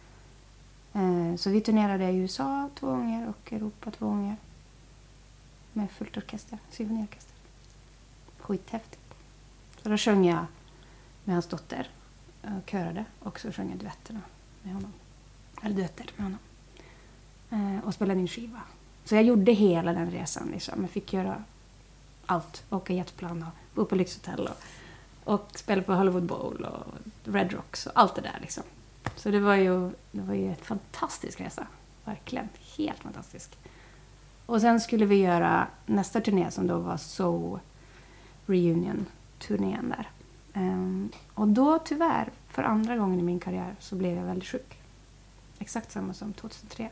Uh, så vi turnerade i U S A två gånger och Europa två gånger. Med fullt orkester, symfoniorkester. Skithäftigt. Så då sjöng jag med hans dotter och körade. Och så sjöng jag duetterna med honom. Eller duetter med honom. Eh, och spelade in skiva. Så jag gjorde hela den resan. Liksom. Jag fick göra allt. Åka jetplan och bo på lyxhotell. Och, och spela på Hollywood Bowl och Red Rocks och allt det där. Liksom. Så det var ju, det var ju en fantastisk resa. Verkligen. Helt fantastisk. Och sen skulle vi göra nästa turné som då var So Reunion-turnén där. Um, och då tyvärr, för andra gången i min karriär, så blev jag väldigt sjuk. Exakt samma som tjugohundratre.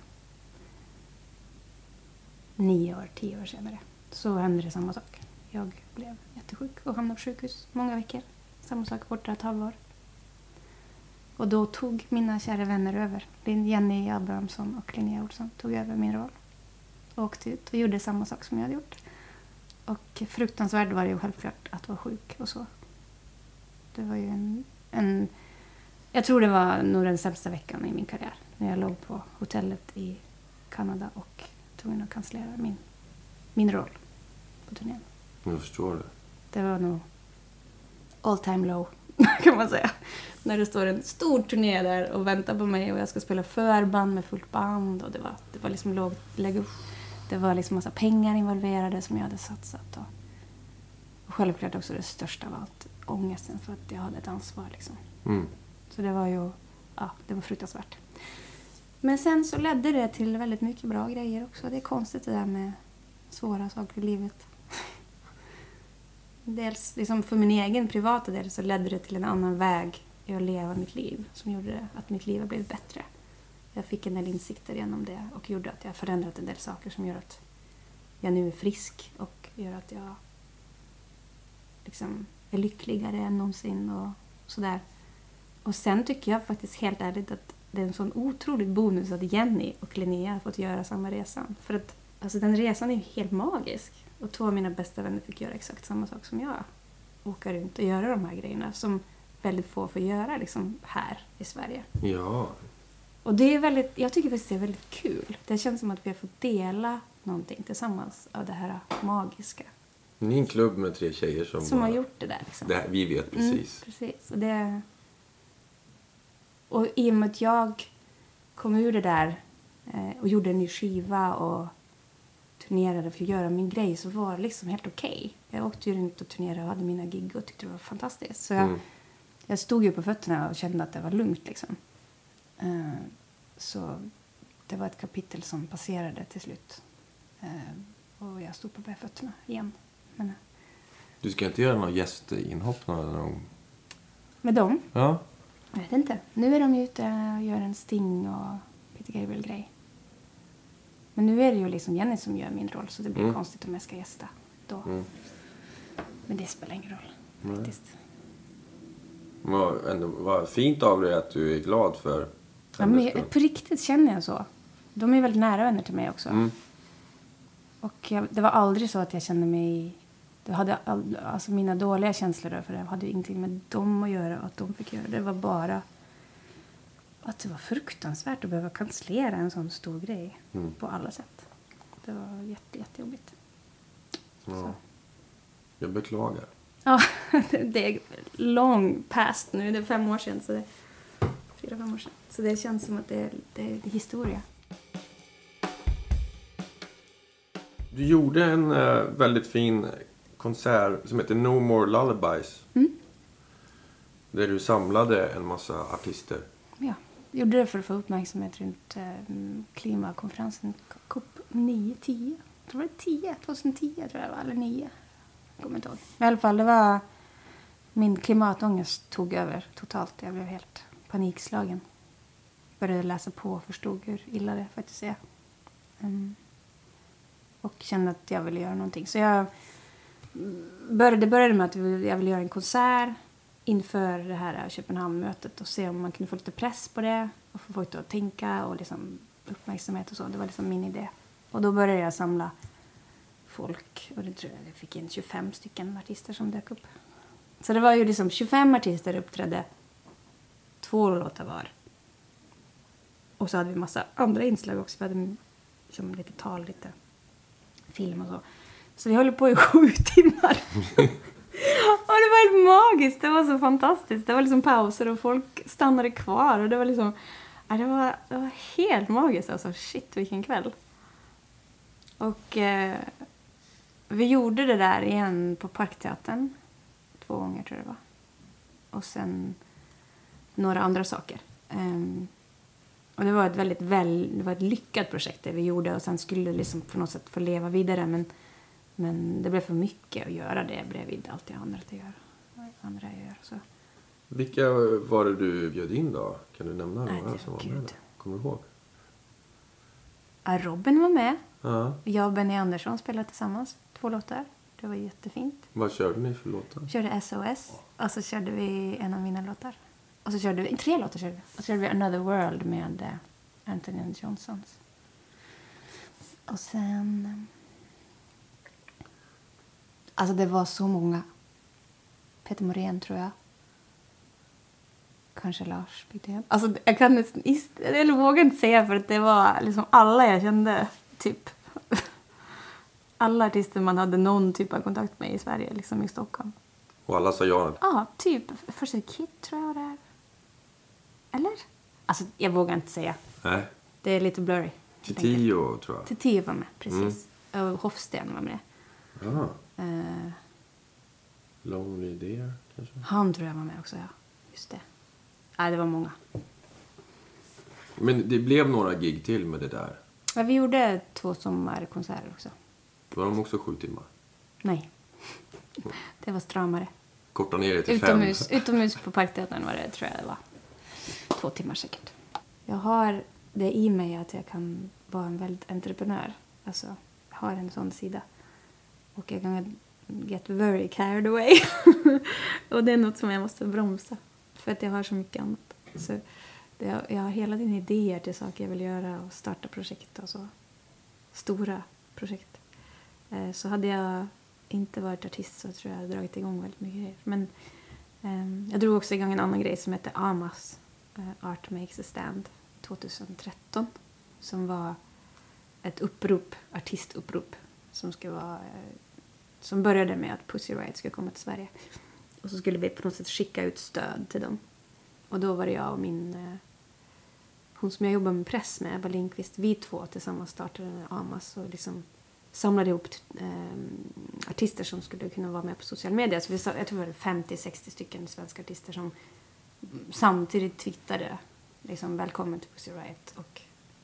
Nio år, tio år senare. Så hände det samma sak. Jag blev jättesjuk och hamnade på sjukhus många veckor. Samma sak borta ett halvår. Och då tog mina kära vänner över. Jenny Abrahamsson och Linnea Olsson tog över min roll. Och åkte ut och gjorde samma sak som jag hade gjort. Och fruktansvärt var det ju självklart att vara sjuk och så. Det var ju en, en... Jag tror det var nog den sämsta veckan i min karriär. När jag låg på hotellet i Kanada och tvungen att cancellera min, min roll på turnén. Jag förstår det. Det var nog all time low. kan man säga. När det står en stor turné där och väntar på mig och jag ska spela förband med fullt band och det var, det var liksom lågt, det var liksom massa pengar involverade som jag hade satsat och, och självklart också det största av allt, ångesten för att jag hade ett ansvar liksom. Mm. Så det var ju, ja, det var fruktansvärt. Men sen så ledde det till väldigt mycket bra grejer också. Det är konstigt det där med svåra saker i livet. Dels liksom för min egen privata del så ledde det till en annan väg i att leva mitt liv som gjorde att mitt liv har blivit bättre. Jag fick en del insikter genom det och gjorde att jag förändrat en del saker som gör att jag nu är frisk och gör att jag liksom är lyckligare än någonsin och sådär. Och sen tycker jag faktiskt helt ärligt att det är en sån otrolig bonus att Jenny och Linnea har fått göra samma resan. För att alltså, den resan är ju helt magisk. Och två av mina bästa vänner fick göra exakt samma sak som jag. Åka runt och göra de här grejerna som väldigt få får göra liksom, här i Sverige. Ja. Och det är väldigt, jag tycker faktiskt det är väldigt kul. Det känns som att vi har fått dela någonting tillsammans av det här magiska. Ni är en klubb med tre tjejer som, Som bara, har gjort det där. Liksom. det här, vi vet precis. Mm, precis. Och, det, och i och med att jag kom ur det där eh, och gjorde en ny skiva och turnerade för att göra min grej så var det liksom helt okej. Okay. Jag åkte ju runt och turnerade och hade mina gig och tyckte det var fantastiskt. Så jag, Mm. jag stod ju på fötterna och kände att det var lugnt liksom. Eh, så det var ett kapitel som passerade till slut. Eh, och jag stod på fötterna igen. Men, eh, Du ska inte göra någon gästinhopp någon gång? med dem? Ja. Jag vet inte. Nu är de ju ute och gör en Sting och Peter Gabriel-grej. Men nu är det ju liksom Jenny som gör min roll så det blir Mm. konstigt om jag ska gästa då. Mm. Men det spelar ingen roll Nej. faktiskt. Vad, ändå, vad fint av dig att du är glad för Ja, hennes men skull. på riktigt känner jag så. De är väldigt nära vänner till mig också. Mm. Och jag, det var aldrig så att jag kände mig... Det hade all, alltså mina dåliga känslor för det hade ju ingenting med dem att göra och att de fick göra. Det var bara att det var fruktansvärt att behöva kanslera en sån stor grej Mm. på alla sätt. Det var jätte, jättejobbigt. Ja. Jag beklagar. Ja, det är lång past nu. Det är fem år sedan. Så det, fyra, fem år sedan. Så det känns som att det är, det är historia. Du gjorde en eh, väldigt fin konsert som heter No More Lullabies. Mm. Där du samlade en massa artister. Ja, jag gjorde det för att få uppmärksamhet runt eh, klimatkonferensen C O P nio tio. Jag tror det var tio, tjugohundratio tror jag det var, eller nio. Jag kommer inte ihåg. I alla fall, det var min klimatångest tog över totalt. Jag blev helt panikslagen. Började läsa på och förstod hur illa det faktiskt är. Mm. Och kände att jag ville göra någonting. Så jag började, det började med att jag ville göra en konsert inför det här Köpenhamn-mötet och se om man kunde få lite press på det och få folk att tänka och liksom uppmärksamhet och så. Det var liksom min idé. Och då började jag samla folk och det tror jag jag fick in tjugofem stycken artister som dök upp. Så det var ju liksom tjugofem artister uppträdde, två låtar var. Och så hade vi massa andra inslag också. Vi hade liksom lite tal, lite film och så. Så vi höll på i sju timmar. Och det var helt magiskt. Det var så fantastiskt. Det var liksom pauser och folk stannade kvar. Och det var liksom... Ja, det, var, det var helt magiskt. Alltså, shit, vilken kväll. Och eh, vi gjorde det där igen på Parkteatern. Två gånger tror jag det var. Och sen några andra saker. Um, och det var ett väldigt väl, det var ett lyckat projekt det vi gjorde. Och sen skulle det liksom på något sätt få leva vidare. Men, men det blev för mycket att göra det bredvid allt det andra att göra. Andra jag gör, så. Vilka var det du bjöd in då? Kan du nämna Nej, några det som var var med? gud. Kommer du ihåg? Ja, Robin var med. Ja. Jag och Benny Andersson spelade tillsammans två låtar. Det var jättefint. Vad körde ni för låtar? Vi körde S O S. Och så körde vi en av mina låtar. Och så körde vi, tre låtar körde vi. Och så körde vi Another World med eh, Anthony and Johnsons. Och sen... Alltså det var så många. Peter Morén tror jag. Kanske Lars Bygdén. Alltså jag kan nästan... Jag vågar inte säga för att det var liksom alla jag kände. Typ. Alla artister man hade någon typ av kontakt med i Sverige. Liksom i Stockholm. Och alla sa ja. Ja, typ. Först ett Kid tror jag det är. Eller? Alltså, jag vågar inte säga. Nej. Det är lite blurry. Tio tror jag. Tio var med, precis. Mm. Och Hofsten var med. Ja. Uh, Lonely Deer kanske? Han tror jag var med också, ja. Just det. Nej, det var många. Men det blev några gig till med det där. Ja, vi gjorde två sommarkonserter också. Var de också sju timmar? Nej. Det var stramare. Korta ner det till utomhus, fem. Utomhus på Parkteatern var det, tror jag det var. Två timmar säkert. Jag har det i mig att jag kan vara en väldigt entreprenör. Alltså, jag har en sån sida. Och jag kan get very carried away. Och det är något som jag måste bromsa. För att jag har så mycket annat. Så det, jag har hela tiden idéer till saker jag vill göra och starta projekt och så. Stora projekt. Eh, så hade jag inte varit artist så tror jag jag hade dragit igång väldigt mycket grejer. Men eh, jag drog också igång en annan grej som heter A M A S. Eh, Art Makes a Stand. tjugohundratretton. Som var ett upprop, artistupprop. Som ska vara... Eh, som började med att Pussy Riot skulle komma till Sverige. Och så skulle vi på något sätt skicka ut stöd till dem. Och då var det jag och min... Eh, hon som jag jobbar med press med, Ebba Lindqvist. Vi två tillsammans startade A M A S och liksom samlade ihop eh, artister som skulle kunna vara med på social media. Så vi, jag tror det var femtio sextio stycken svenska artister som samtidigt twittrade liksom välkommen till Pussy Riot och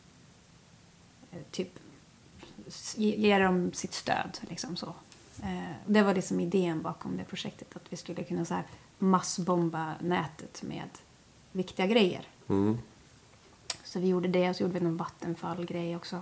eh, typ ge, ge dem sitt stöd liksom så. Eh, det var liksom idén bakom det projektet, att vi skulle kunna så här massbomba nätet med viktiga grejer. Mm. Så vi gjorde det och så gjorde vi någon vattenfallgrej också.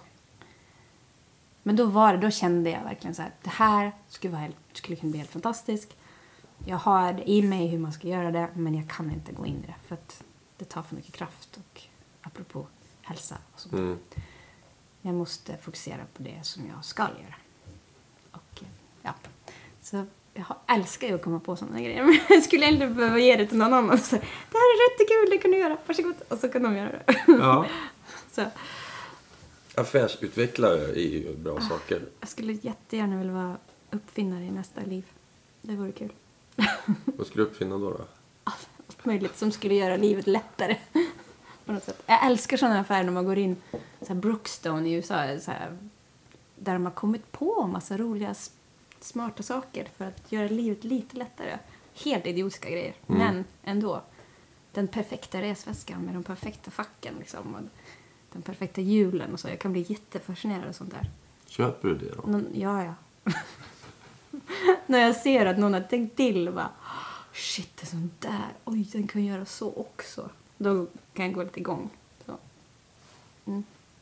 Men då var det, då kände jag verkligen så här, det här skulle, vara helt, skulle kunna bli helt fantastiskt. Jag har i mig hur man ska göra det, men jag kan inte gå in i det för att det tar för mycket kraft och apropå hälsa och sånt. Mm. Jag måste fokusera på det som jag ska göra. Och ja, så jag älskar ju att komma på sådana grejer. Men jag skulle ändå behöva ge det till någon annan. Så, det här är jättekul, det kan du göra. Varsågod. Och så kan de göra det. Ja. Så. Affärsutvecklare är ju bra ah, saker. Jag skulle jättegärna vilja vara uppfinnare i nästa liv. Det vore kul. Vad skulle du uppfinna då? då? Allt möjligt som skulle göra livet lättare. På något sätt. Jag älskar sådana affärer när man går in. Så här Brookstone i U S A. Så här, där de har kommit på massa roliga smarta saker för att göra livet lite lättare. Helt idiotiska grejer. Mm. Men ändå. Den perfekta resväskan med de perfekta facken. Liksom, och den perfekta hjulen och så. Jag kan bli jättefascinerad av sånt där. Köper du det då? Någon, ja, ja. När jag ser att någon har tänkt till och bara, shit, det är sånt där. Oj, den kan göra så också. Då kan jag gå lite igång. Så. Mm.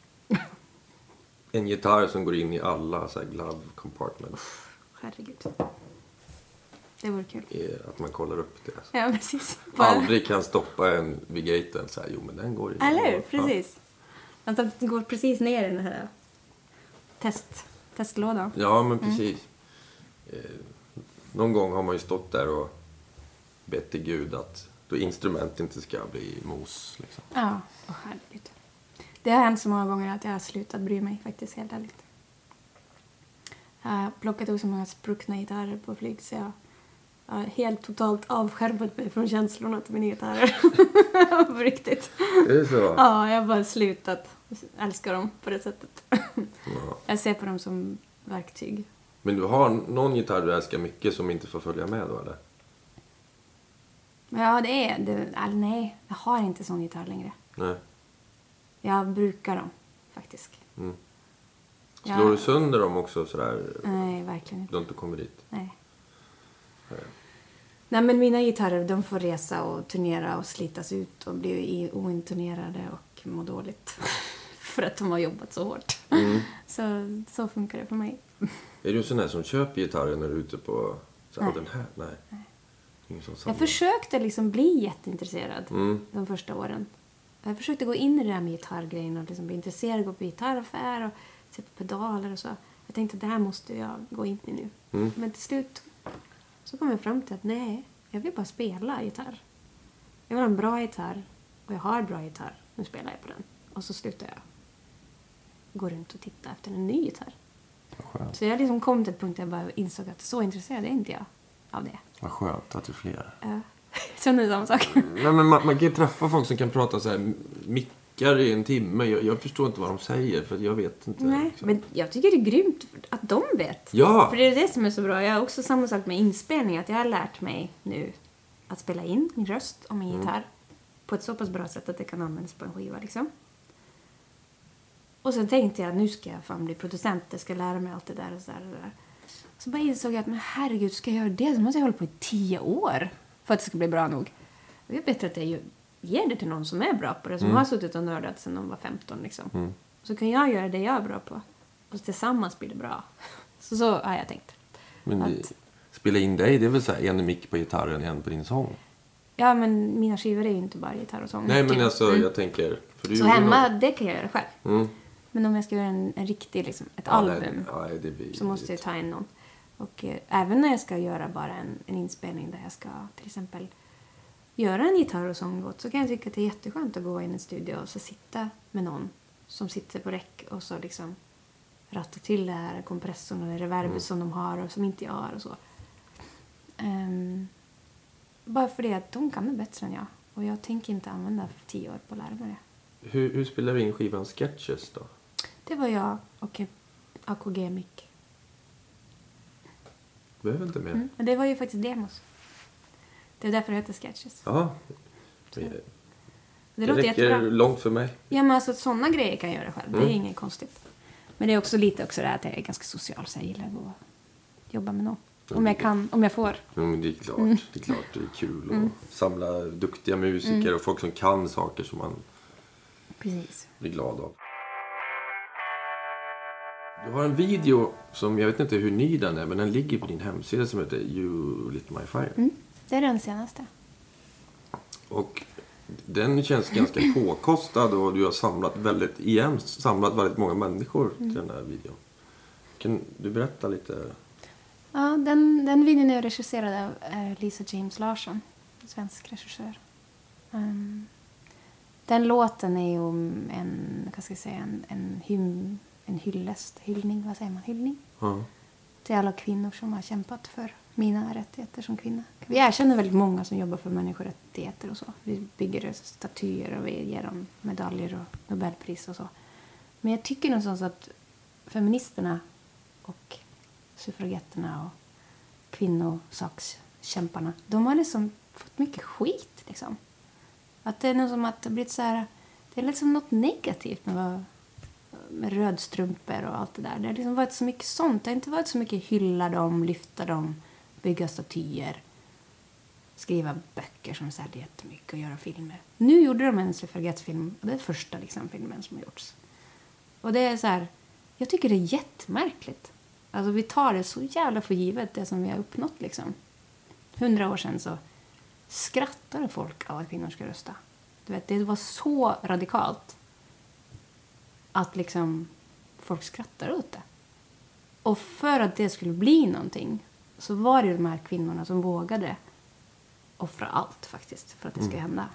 En gitarr som går in i alla så här glove compartments. Herregud. Det vore kul. Är att man kollar upp det. Så. Ja, precis. Bara... Aldrig kan stoppa en vid gaten så här, jo men den går in. Eller hur? Precis. Ja. Att den går precis ner i den här test, testlådan. Ja, men precis. Mm. Eh, någon gång har man ju stått där och bett till Gud att då instrument inte ska bli mos. Liksom. Ja, åh herregud. Det har hänt så många gånger att jag har slutat bry mig faktiskt, helt ärligt. Jag har plockat upp så många spruckna gitarrer på flyg så jag har helt totalt avskärmat mig från känslorna till mina gitarrer. På riktigt. Är det så? Ja, jag har bara slutat älska dem på det sättet. Ja. Jag ser på dem som verktyg. Men du har någon gitarr du älskar mycket som inte får följa med då, eller? Ja, det är... Det, eller nej, jag har inte sån gitarr längre. Nej. Jag brukar dem, faktiskt. Mm. Slår jag... du sönder dem också sådär? Nej, verkligen inte. Du har inte kommit dit? Nej. Nej. Nej, men mina gitarrer, de får resa och turnera och slitas ut och bli ointurnerade och må dåligt. För att de har jobbat så hårt. Mm. Så, så funkar det för mig. Är du sån här som köper gitarrer när du är ute på... Så här, Nej. den här? Nej. Nej. Ingen som Jag försökte liksom bli jätteintresserad mm. de första åren. Jag försökte gå in i det där med gitarrgrejen och liksom bli intresserad, gå på gitarraffär och se på pedaler och så. Jag tänkte att det här måste jag gå in i nu. Mm. Men till slut så kom jag fram till att nej, jag vill bara spela gitarr. Jag vill ha en bra gitarr och jag har bra gitarr. Nu spelar jag på den. Och så slutar jag gå runt och titta efter en ny gitarr. Skönt. Så jag liksom kom till ett punkt där jag bara insåg att så intresserad är inte jag av det. Vad skönt att det är fler. Ja. Känner du samma sak? Nej, men man, man kan ju träffa folk som kan prata så här mickar i en timme. Jag, jag förstår inte vad de säger för jag vet inte. Nej, Liksom. men jag tycker det är grymt att de vet. Ja! För det är det som är så bra. Jag har också samma sak med inspelning. Att jag har lärt mig nu att spela in min röst och min Mm. gitarr på ett så pass bra sätt att det kan användas på en skiva liksom. Och sen tänkte jag, nu ska jag fan bli producent. Jag ska lära mig allt det där och så där och där. Så bara insåg jag att, men herregud, ska jag göra det? Så måste jag hålla på i tio år för att det ska bli bra nog. Det är bättre att jag ju ger det till någon som är bra på det. Som Mm. har suttit och nördat sedan de var femton liksom. Mm. Så kan jag göra det jag är bra på. Och tillsammans blir det bra. Så, så har jag tänkt. Men det, Att- spela in dig, det är väl så här en mick på gitarren, en på din sång? Ja, men mina skivor är ju inte bara gitarr och sång. Nej, men Mycket. alltså Mm. jag tänker... För du Så gjorde hemma, något- det kan jag göra själv. Mm. Men om jag ska göra en, en riktig, liksom, ett Ja, album. nej, nej, det blir Så måste jag ta in någon. Och eh, även när jag ska göra bara en, en inspelning där jag ska till exempel göra en gitarr- och sånglåt så kan jag tycka att det är jätteskönt att gå in i en studio och så sitta med någon som sitter på räck och så liksom ratta till det här kompressorn och det reverbet Mm. som de har och som inte jag har och så. Ehm, bara för det att de kan det bättre än jag. Och jag tänker inte använda tio år på att lära mig det. Hur, hur spelar vi in skivan Sketches då? Det var jag och A K G-mic. Behöver inte mer. Mm. Men det var ju faktiskt demos. Det är därför det heter Sketches. Ja. Det, Det, det låter räcker jättebra. långt för mig. Ja, men alltså sådana grejer kan jag göra själv. Det är Mm. inget konstigt. Men det är också lite också det här att jag är ganska social så jag gillar att jobba med någon. Om jag kan, om jag får. Ja, men det är klart. Mm. Det är klart det är kul att samla duktiga musiker och folk som kan saker som man Precis. blir glad av. Du har en video som, jag vet inte hur ny den är, men den ligger på din hemsida som heter You Lit My Fire. Mm. Det är den senaste. Och den känns ganska påkostad och du har samlat väldigt, igen, samlat väldigt många människor till den här videon. Kan du berätta lite? Ja, den, den videon är regisserad av eh, Lisa James Larsson. En svensk regissör. Um, den låten är ju en, vad ska jag säga, en, en, hym, en hyllest, hyllning, vad säger man, hyllning? Ja. Till alla kvinnor som har kämpat för mina rättigheter som kvinna. Vi erkänner väldigt många som jobbar för människorättigheter och så. Vi bygger statyer och vi ger dem medaljer och Nobelpris och så. Men jag tycker någonstans att feministerna och suffragetterna och kvinnosakskämparna, de har liksom fått mycket skit liksom. Att det är något som att det blivit så här, det är liksom något negativt med vad med rödstrumpor och allt det där. Det har liksom varit så mycket sånt. Det har inte varit så mycket hylla dem, lyfta dem, bygga statyer, skriva böcker som säljer jättemycket och göra filmer. Nu gjorde de en suffragettfilm och det är första liksom, filmen som har gjorts. Och det är så här, jag tycker det är jättemärkligt. Alltså vi tar det så jävla för givet det som vi har uppnått liksom. Hundra år sedan så skrattade folk av att kvinnor ska rösta. Du vet, det var så radikalt att liksom folk skrattar åt det. Och för att det skulle bli någonting så var det ju de här kvinnorna som vågade offra allt faktiskt för att det ska hända.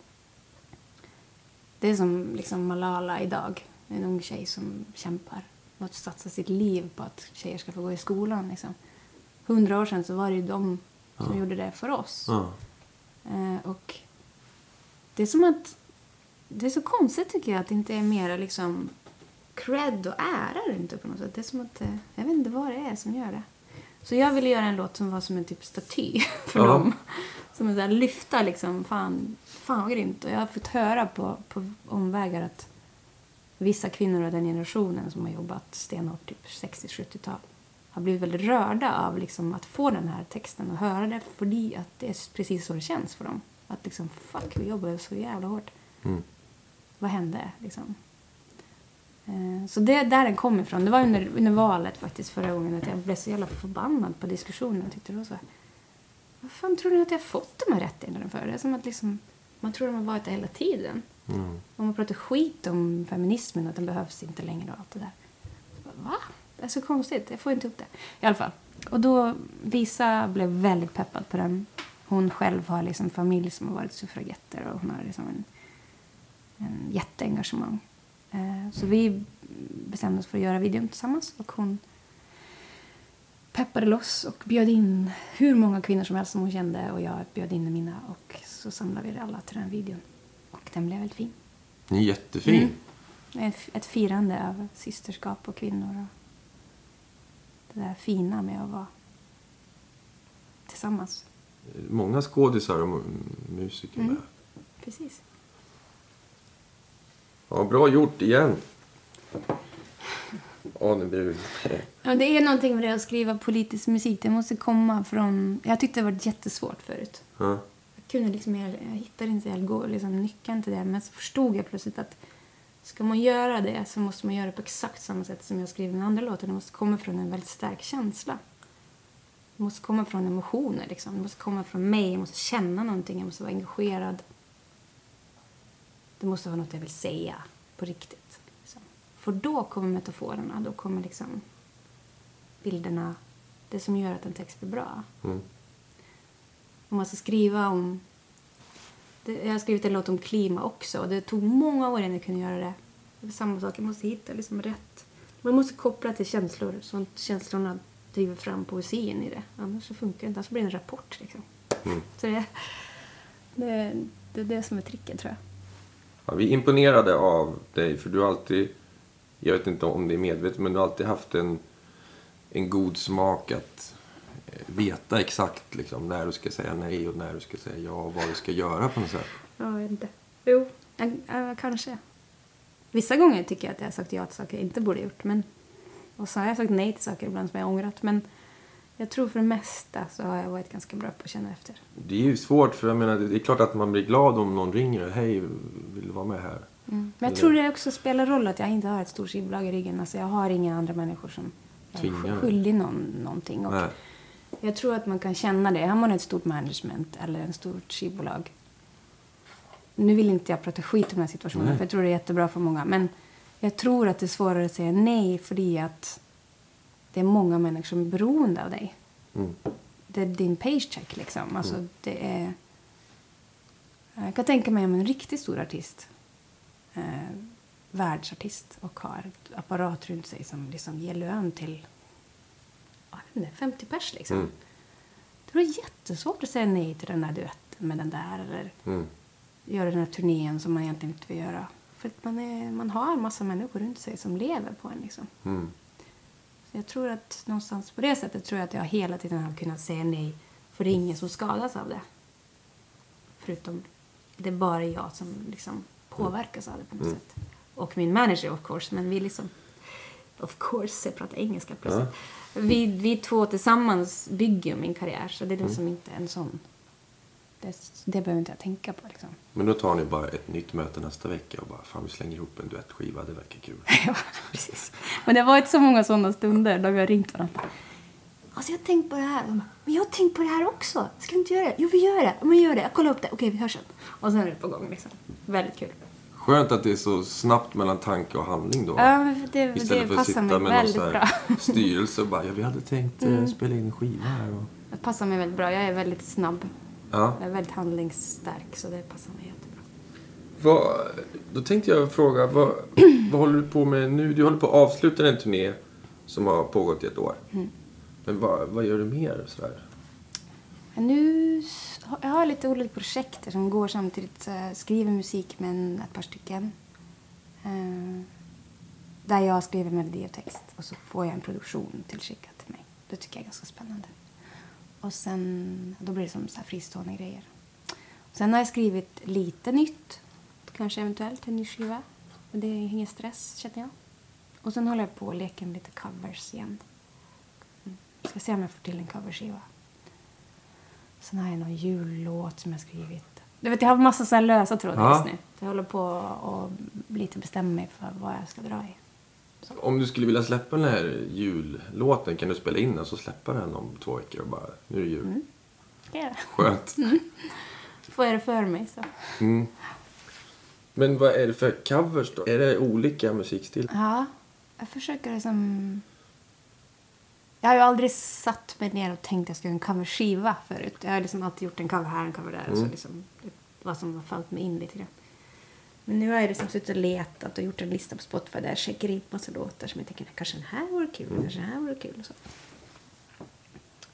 Det är som liksom Malala idag, en ung tjej som kämpar och att satsa sitt liv på att tjejer ska få gå i skolan. Liksom. Hundra år sedan så var det ju de som Ja. gjorde det för oss. Ja. Eh, och det är som att det är så konstigt tycker jag att det inte är mer liksom cred och ära inte på något sätt. Det är som att eh, jag vet inte vad det är som gör det. Så jag ville göra en låt som var som en typ staty för Ja. dem. Som en där lyfta liksom fan fan vad grymt. Och jag har fått höra på på omvägar att vissa kvinnor av den generationen som har jobbat stenhårt typ sextio-sjuttiotal har blivit väldigt rörda av liksom att få den här texten och höra det för att det är precis så det känns för dem. Att liksom fuck vi jobbar så jävla hårt. Mm. Vad hände liksom? Eh, Så det är där den kom ifrån. Det var under, under valet faktiskt förra gången att jag blev så jävla förbannad på diskussionen. Jag tyckte det var så här, vad fan tror ni att jag har fått de här rättigheterna för? Det är som att liksom, man tror att de har varit där hela tiden. Mm. Och man pratar skit om feminismen och att den behövs inte längre och allt det där. Så bara, va? Det är så konstigt. Jag får inte upp det. I alla fall. Och då, Lisa blev väldigt peppad på den. Hon själv har liksom familj som har varit suffragetter och hon har liksom en, en jätteengagemang. Eh, så vi bestämde oss för att göra videon tillsammans och hon peppade loss och bjöd in hur många kvinnor som helst som hon kände. Och jag bjöd in mina och så samlade vi alla till den videon. Och den blev väldigt fin. Den är jättefin. Mm. Ett, ett firande av systerskap och kvinnor. Och det där fina med att vara tillsammans. Många skådisar och musiker Mm. med. Precis. Ja, bra gjort igen. Ja, nu blir det... Ja, det är någonting med det att skriva politisk musik. Det måste komma från... Jag tyckte det var jättesvårt förut. Ja. Jag kunde liksom... Jag hittade inte jag liksom nyckeln till det. Men så förstod jag plötsligt att ska man göra det så måste man göra det på exakt samma sätt som jag skriver den andra låten. Det måste komma från en väldigt stark känsla. Det måste komma från emotioner liksom. Det måste komma från mig. Jag måste känna någonting. Jag måste vara engagerad. Det måste vara något jag vill säga på riktigt. Liksom. För då kommer metaforerna. Då kommer liksom bilderna. Det som gör att en text blir bra. Mm. Om man ska skriva om... Det, jag har skrivit en låt om klima också. Och det tog många år innan jag kunde göra det. Det är samma sak. Jag måste hitta liksom rätt. Man måste koppla till känslor. Så att känslorna driver fram poesin i det. Annars så funkar det inte. Annars blir det en rapport liksom. Mm. Så det, det, det är det som är tricket tror jag. Ja, vi är imponerade av dig, för du har alltid, jag vet inte om det är medvetet, men du har alltid haft en, en god smak att veta exakt liksom, när du ska säga nej och när du ska säga ja och vad du ska göra på något sätt. Ja, jag vet inte. Jo, jag, jag, kanske. Vissa gånger tycker jag att jag har sagt ja till saker jag inte borde gjort, men och så har jag sagt nej till saker ibland som jag har ångrat, men jag tror för det mesta så har jag varit ganska bra på att känna efter. Det är ju svårt, för jag menar, det är klart att man blir glad om någon ringer och hej, vill du vara med här? Mm. Men jag tror det också spelar roll att jag inte har ett stort skivbolag i ryggen. Alltså jag har inga andra människor som Tvingar. är skyldig någon, någonting. Och Nej. jag tror att man kan känna det. Har man ett stort management eller en stort skivbolag. Nu vill inte jag prata skit om den här situationen. Nej. För jag tror det är jättebra för många. Men jag tror att det är svårare att säga nej. För att det är många människor som är beroende av dig. Mm. Det är din paycheck liksom. Alltså Mm. det är... Jag kan tänka mig om en riktigt stor artist. Eh, världsartist. Och har ett apparat runt sig som liksom ger lön till jag vet inte, femtio pers liksom. Mm. Det var jättesvårt att säga nej till den där duetten med den där. Eller Mm. göra den här turnén som man egentligen inte vill göra. För att man, är, man har en massa människor runt sig som lever på en liksom. Mm. Så jag tror att någonstans på det sättet tror jag att jag hela tiden har kunnat säga nej. För det är ingen som skadas av det. Förutom det är bara jag som liksom påverkas av det på något Mm. sätt. Och min manager of course. Men vi liksom, of course, jag pratar engelska plötsligt. Ja. Vi, vi två tillsammans bygger min karriär. Så det är liksom Mm. inte en sån. Det, det behöver inte jag tänka på liksom. Men då tar ni bara ett nytt möte nästa vecka och bara, fan vi slänger ihop en duettskiva, det verkar kul. Ja, precis. Men det har varit så många sådana stunder då vi har ringt varandra. Alltså jag har tänkt på det här. Men jag har tänkt på det här också. Ska vi inte göra det? Jo, vi gör det. Men gör det. Jag kollar upp det. Okej, vi hörs sen. Och sen är det på gång liksom. Väldigt kul. Skönt att det är så snabbt mellan tanke och handling då. Ja, men det, Istället det för att passar sitta mig med någon väldigt så här bra. styrelse och bara, ja vi hade tänkt eh, Mm. spela in en skiva här. Och... Det passar mig väldigt bra. Jag är väldigt snabb. Ja. Jag är väldigt handlingsstark så det passar mig jättebra. Vad, då tänkte jag fråga, vad, vad håller du på med nu? Du håller på att avsluta en turné som har pågått i ett år. Mm. Men vad, vad gör du mer sådär? Men nu s- jag har lite olika projekt som går samtidigt. Så jag skriver musik med ett par stycken. Eh, där jag skriver melodi och text. Och så får jag en produktion tillskickad till mig. Det tycker jag är ganska spännande. Och sen, då blir det som så här fristående grejer. Sen har jag skrivit lite nytt. Kanske eventuellt en ny skiva. Men det är ingen stress, känner jag. Och sen håller jag på och leker med lite covers igen. Mm. Ska se om jag får till en coverskiva. Sen har jag någon jullåt som jag skrivit. Du vet, jag har massa så här lösa trådar Ja. just nu. Jag håller på och lite bestämma mig för vad jag ska dra i. Om du skulle vilja släppa den här jullåten, kan du spela in den så släppa den om två veckor och bara, nu är det jul. Mm. Ska jag göra. Skönt. Får jag det för mig så. Mm. Men vad är det för covers då? Är det olika musikstilar? Ja, jag försöker liksom... Jag har ju aldrig satt mig ner och tänkt att jag ska göra en coverskiva förut. Jag har liksom alltid gjort en cover här, en cover där. Och så Mm. liksom, det var som har fallit mig in lite grann. Men nu har jag liksom suttit och letat och gjort en lista på Spotify där jag checkar in massa låtar som jag tänker, kanske den här vore kul, kanske den här vore kul. Och så.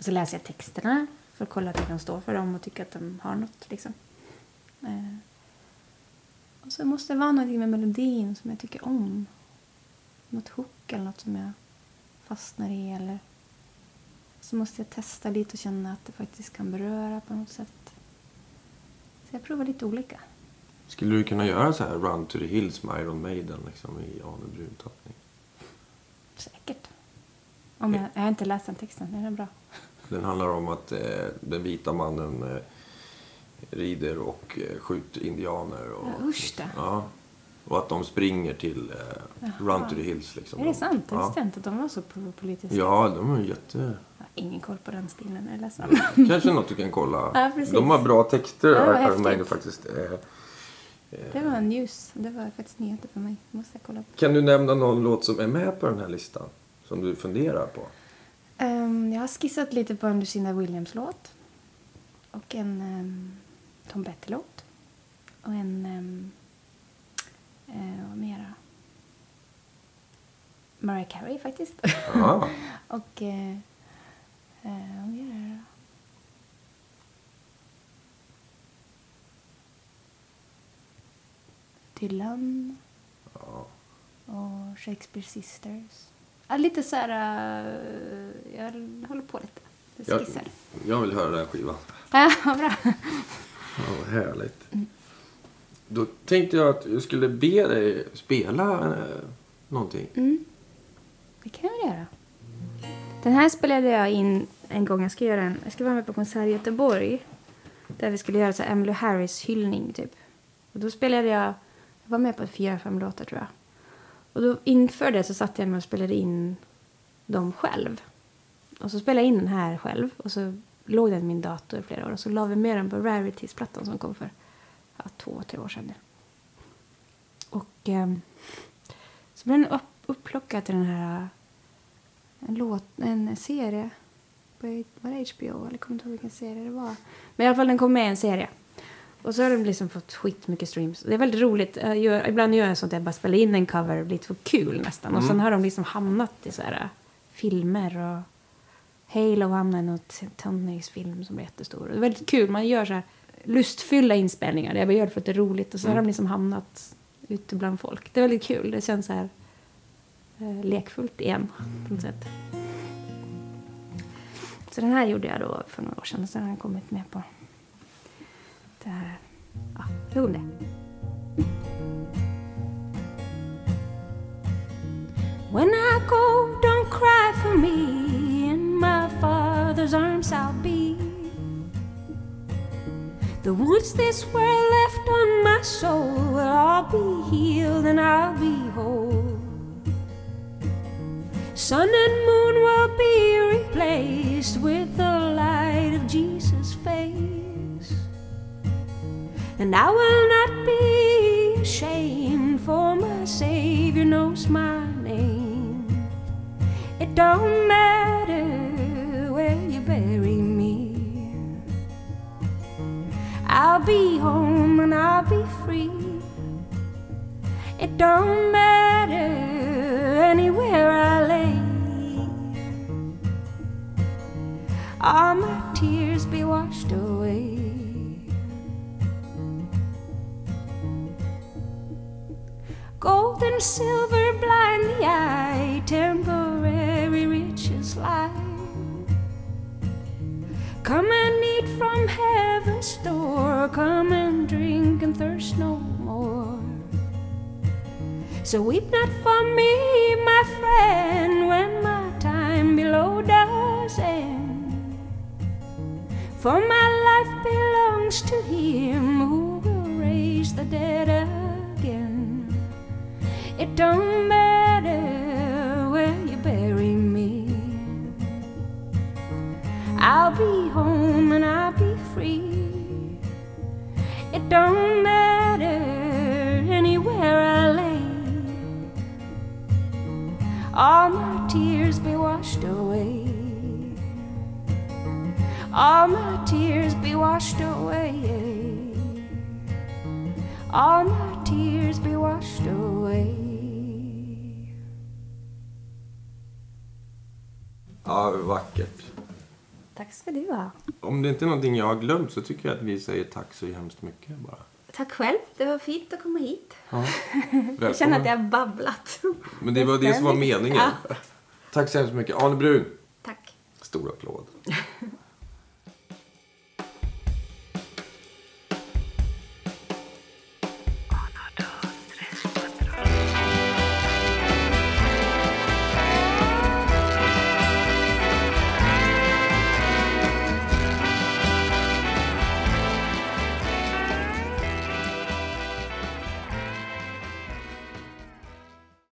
Och så läser jag texterna för att kolla att jag kan stå för dem och tycka att de har något. Liksom. Eh. Och så måste det vara någonting med melodin som jag tycker om. Något hook eller något som jag fastnar i. Eller så måste jag testa lite och känna att det faktiskt kan beröra på något sätt. Så jag provar lite olika. Skulle du kunna göra så här Run to the Hills med Iron Maiden liksom, i Arne Brun-tappning? Säkert. Om jag, jag har inte läst den texten, den är bra. Den handlar om att eh, den vita mannen eh, rider och eh, skjuter indianer. Och, Ja, usch det. Ja, och att de springer till eh, Run to the Hills. Liksom. Är det sant? Jag Ja. visste inte att de var så politiska. Ja, de är jätte... Jag har ingen koll på den stilen, jag är ledsen. Kanske något du kan kolla. Ja, precis. De har bra texter. Ja, vad Iron häftigt. Maiden faktiskt. Eh, Det var en news. Det var faktiskt nyheter för mig. Måste jag kolla på. Kan du nämna någon låt som är med på den här listan? Som du funderar på? Um, jag har skissat lite på en Lucinda Williams-låt. Och en um, Tom Petty-låt. Och en... Um, uh, vad mera? Mariah Carey faktiskt. Ja. och... Uh, uh, vad mer är det då? Dylan. Ja. Och Shakespeare Sisters. Ja, lite så här... Uh, jag håller på lite. Jag Jag, skissar. jag vill höra den här skivan. Ja, vad bra. Ja, vad härligt. Då tänkte jag att jag skulle be dig spela eh, någonting. Mm. Det kan jag göra. Den här spelade jag in en gång. Jag ska göra en, jag ska vara med på konsert i Göteborg. Där vi skulle göra så här Emily Harris hyllning typ. Och då spelade jag, jag var med på fyra, fem låtar tror jag. Och då inför det så satt jag med och spelade in dem själv. Och så spelade jag in den här själv. Och så låg den i min dator i flera år. Och så la vi med den på Rarities-plattan som kom för ja, två, tre år sedan. Och eh, så blev den upp, upplockad till den här en låt, en serie. På, var det H B O? Eller kommer inte ihåg vilken serie det var. Men i alla fall den kom med i en serie. Och så har den liksom fått skit mycket streams. Det är väldigt roligt. Jag gör, ibland gör jag sånt att jag bara spelar in en cover och blir lite för kul nästan. Mm. Och sen har de liksom hamnat i så här filmer och Halo hamnade i något tonårsfilm som är jättestor. Och det är väldigt kul. Man gör så här lustfyllda inspelningar. Jag gör det för att det är roligt. Och så mm. har de liksom hamnat ute bland folk. Det är väldigt kul. Det känns så här eh, lekfullt igen på något sätt. Så den här gjorde jag då för några år sedan. Och sen har den kommit med på det här. Ja, hur om det. When I go, don't cry for me. In my father's arms I'll be. The wounds this world left on my soul will all be healed and I'll be whole. Sun and moon will be replaced with the light of Jesus' face. And I will not be ashamed, for my Savior knows my name. It don't matter where you bury me, I'll be home and I'll be free. It don't matter anywhere I lay, all my tears be washed away. Gold and silver blind the eye, temporary riches lie. Come and eat from heaven's store, come and drink and thirst no more. So weep not for me, my friend, when my time below does end. For my life belongs to Him who will raise the dead again. It don't matter where you bury me, I'll be home and I'll be free. It don't matter anywhere I lay, all my tears be washed away, all my tears be washed away, all my tears be washed away. Ja, vackert. Tack ska du ha. Om det inte är någonting jag har glömt så tycker jag att vi säger tack så hemskt mycket bara. Tack själv. Det var fint att komma hit. Ja. Jag känner att jag har babblat. Men det var det som var meningen. Ja. Tack så hemskt mycket. Arne Brun. Tack. Stor applåd.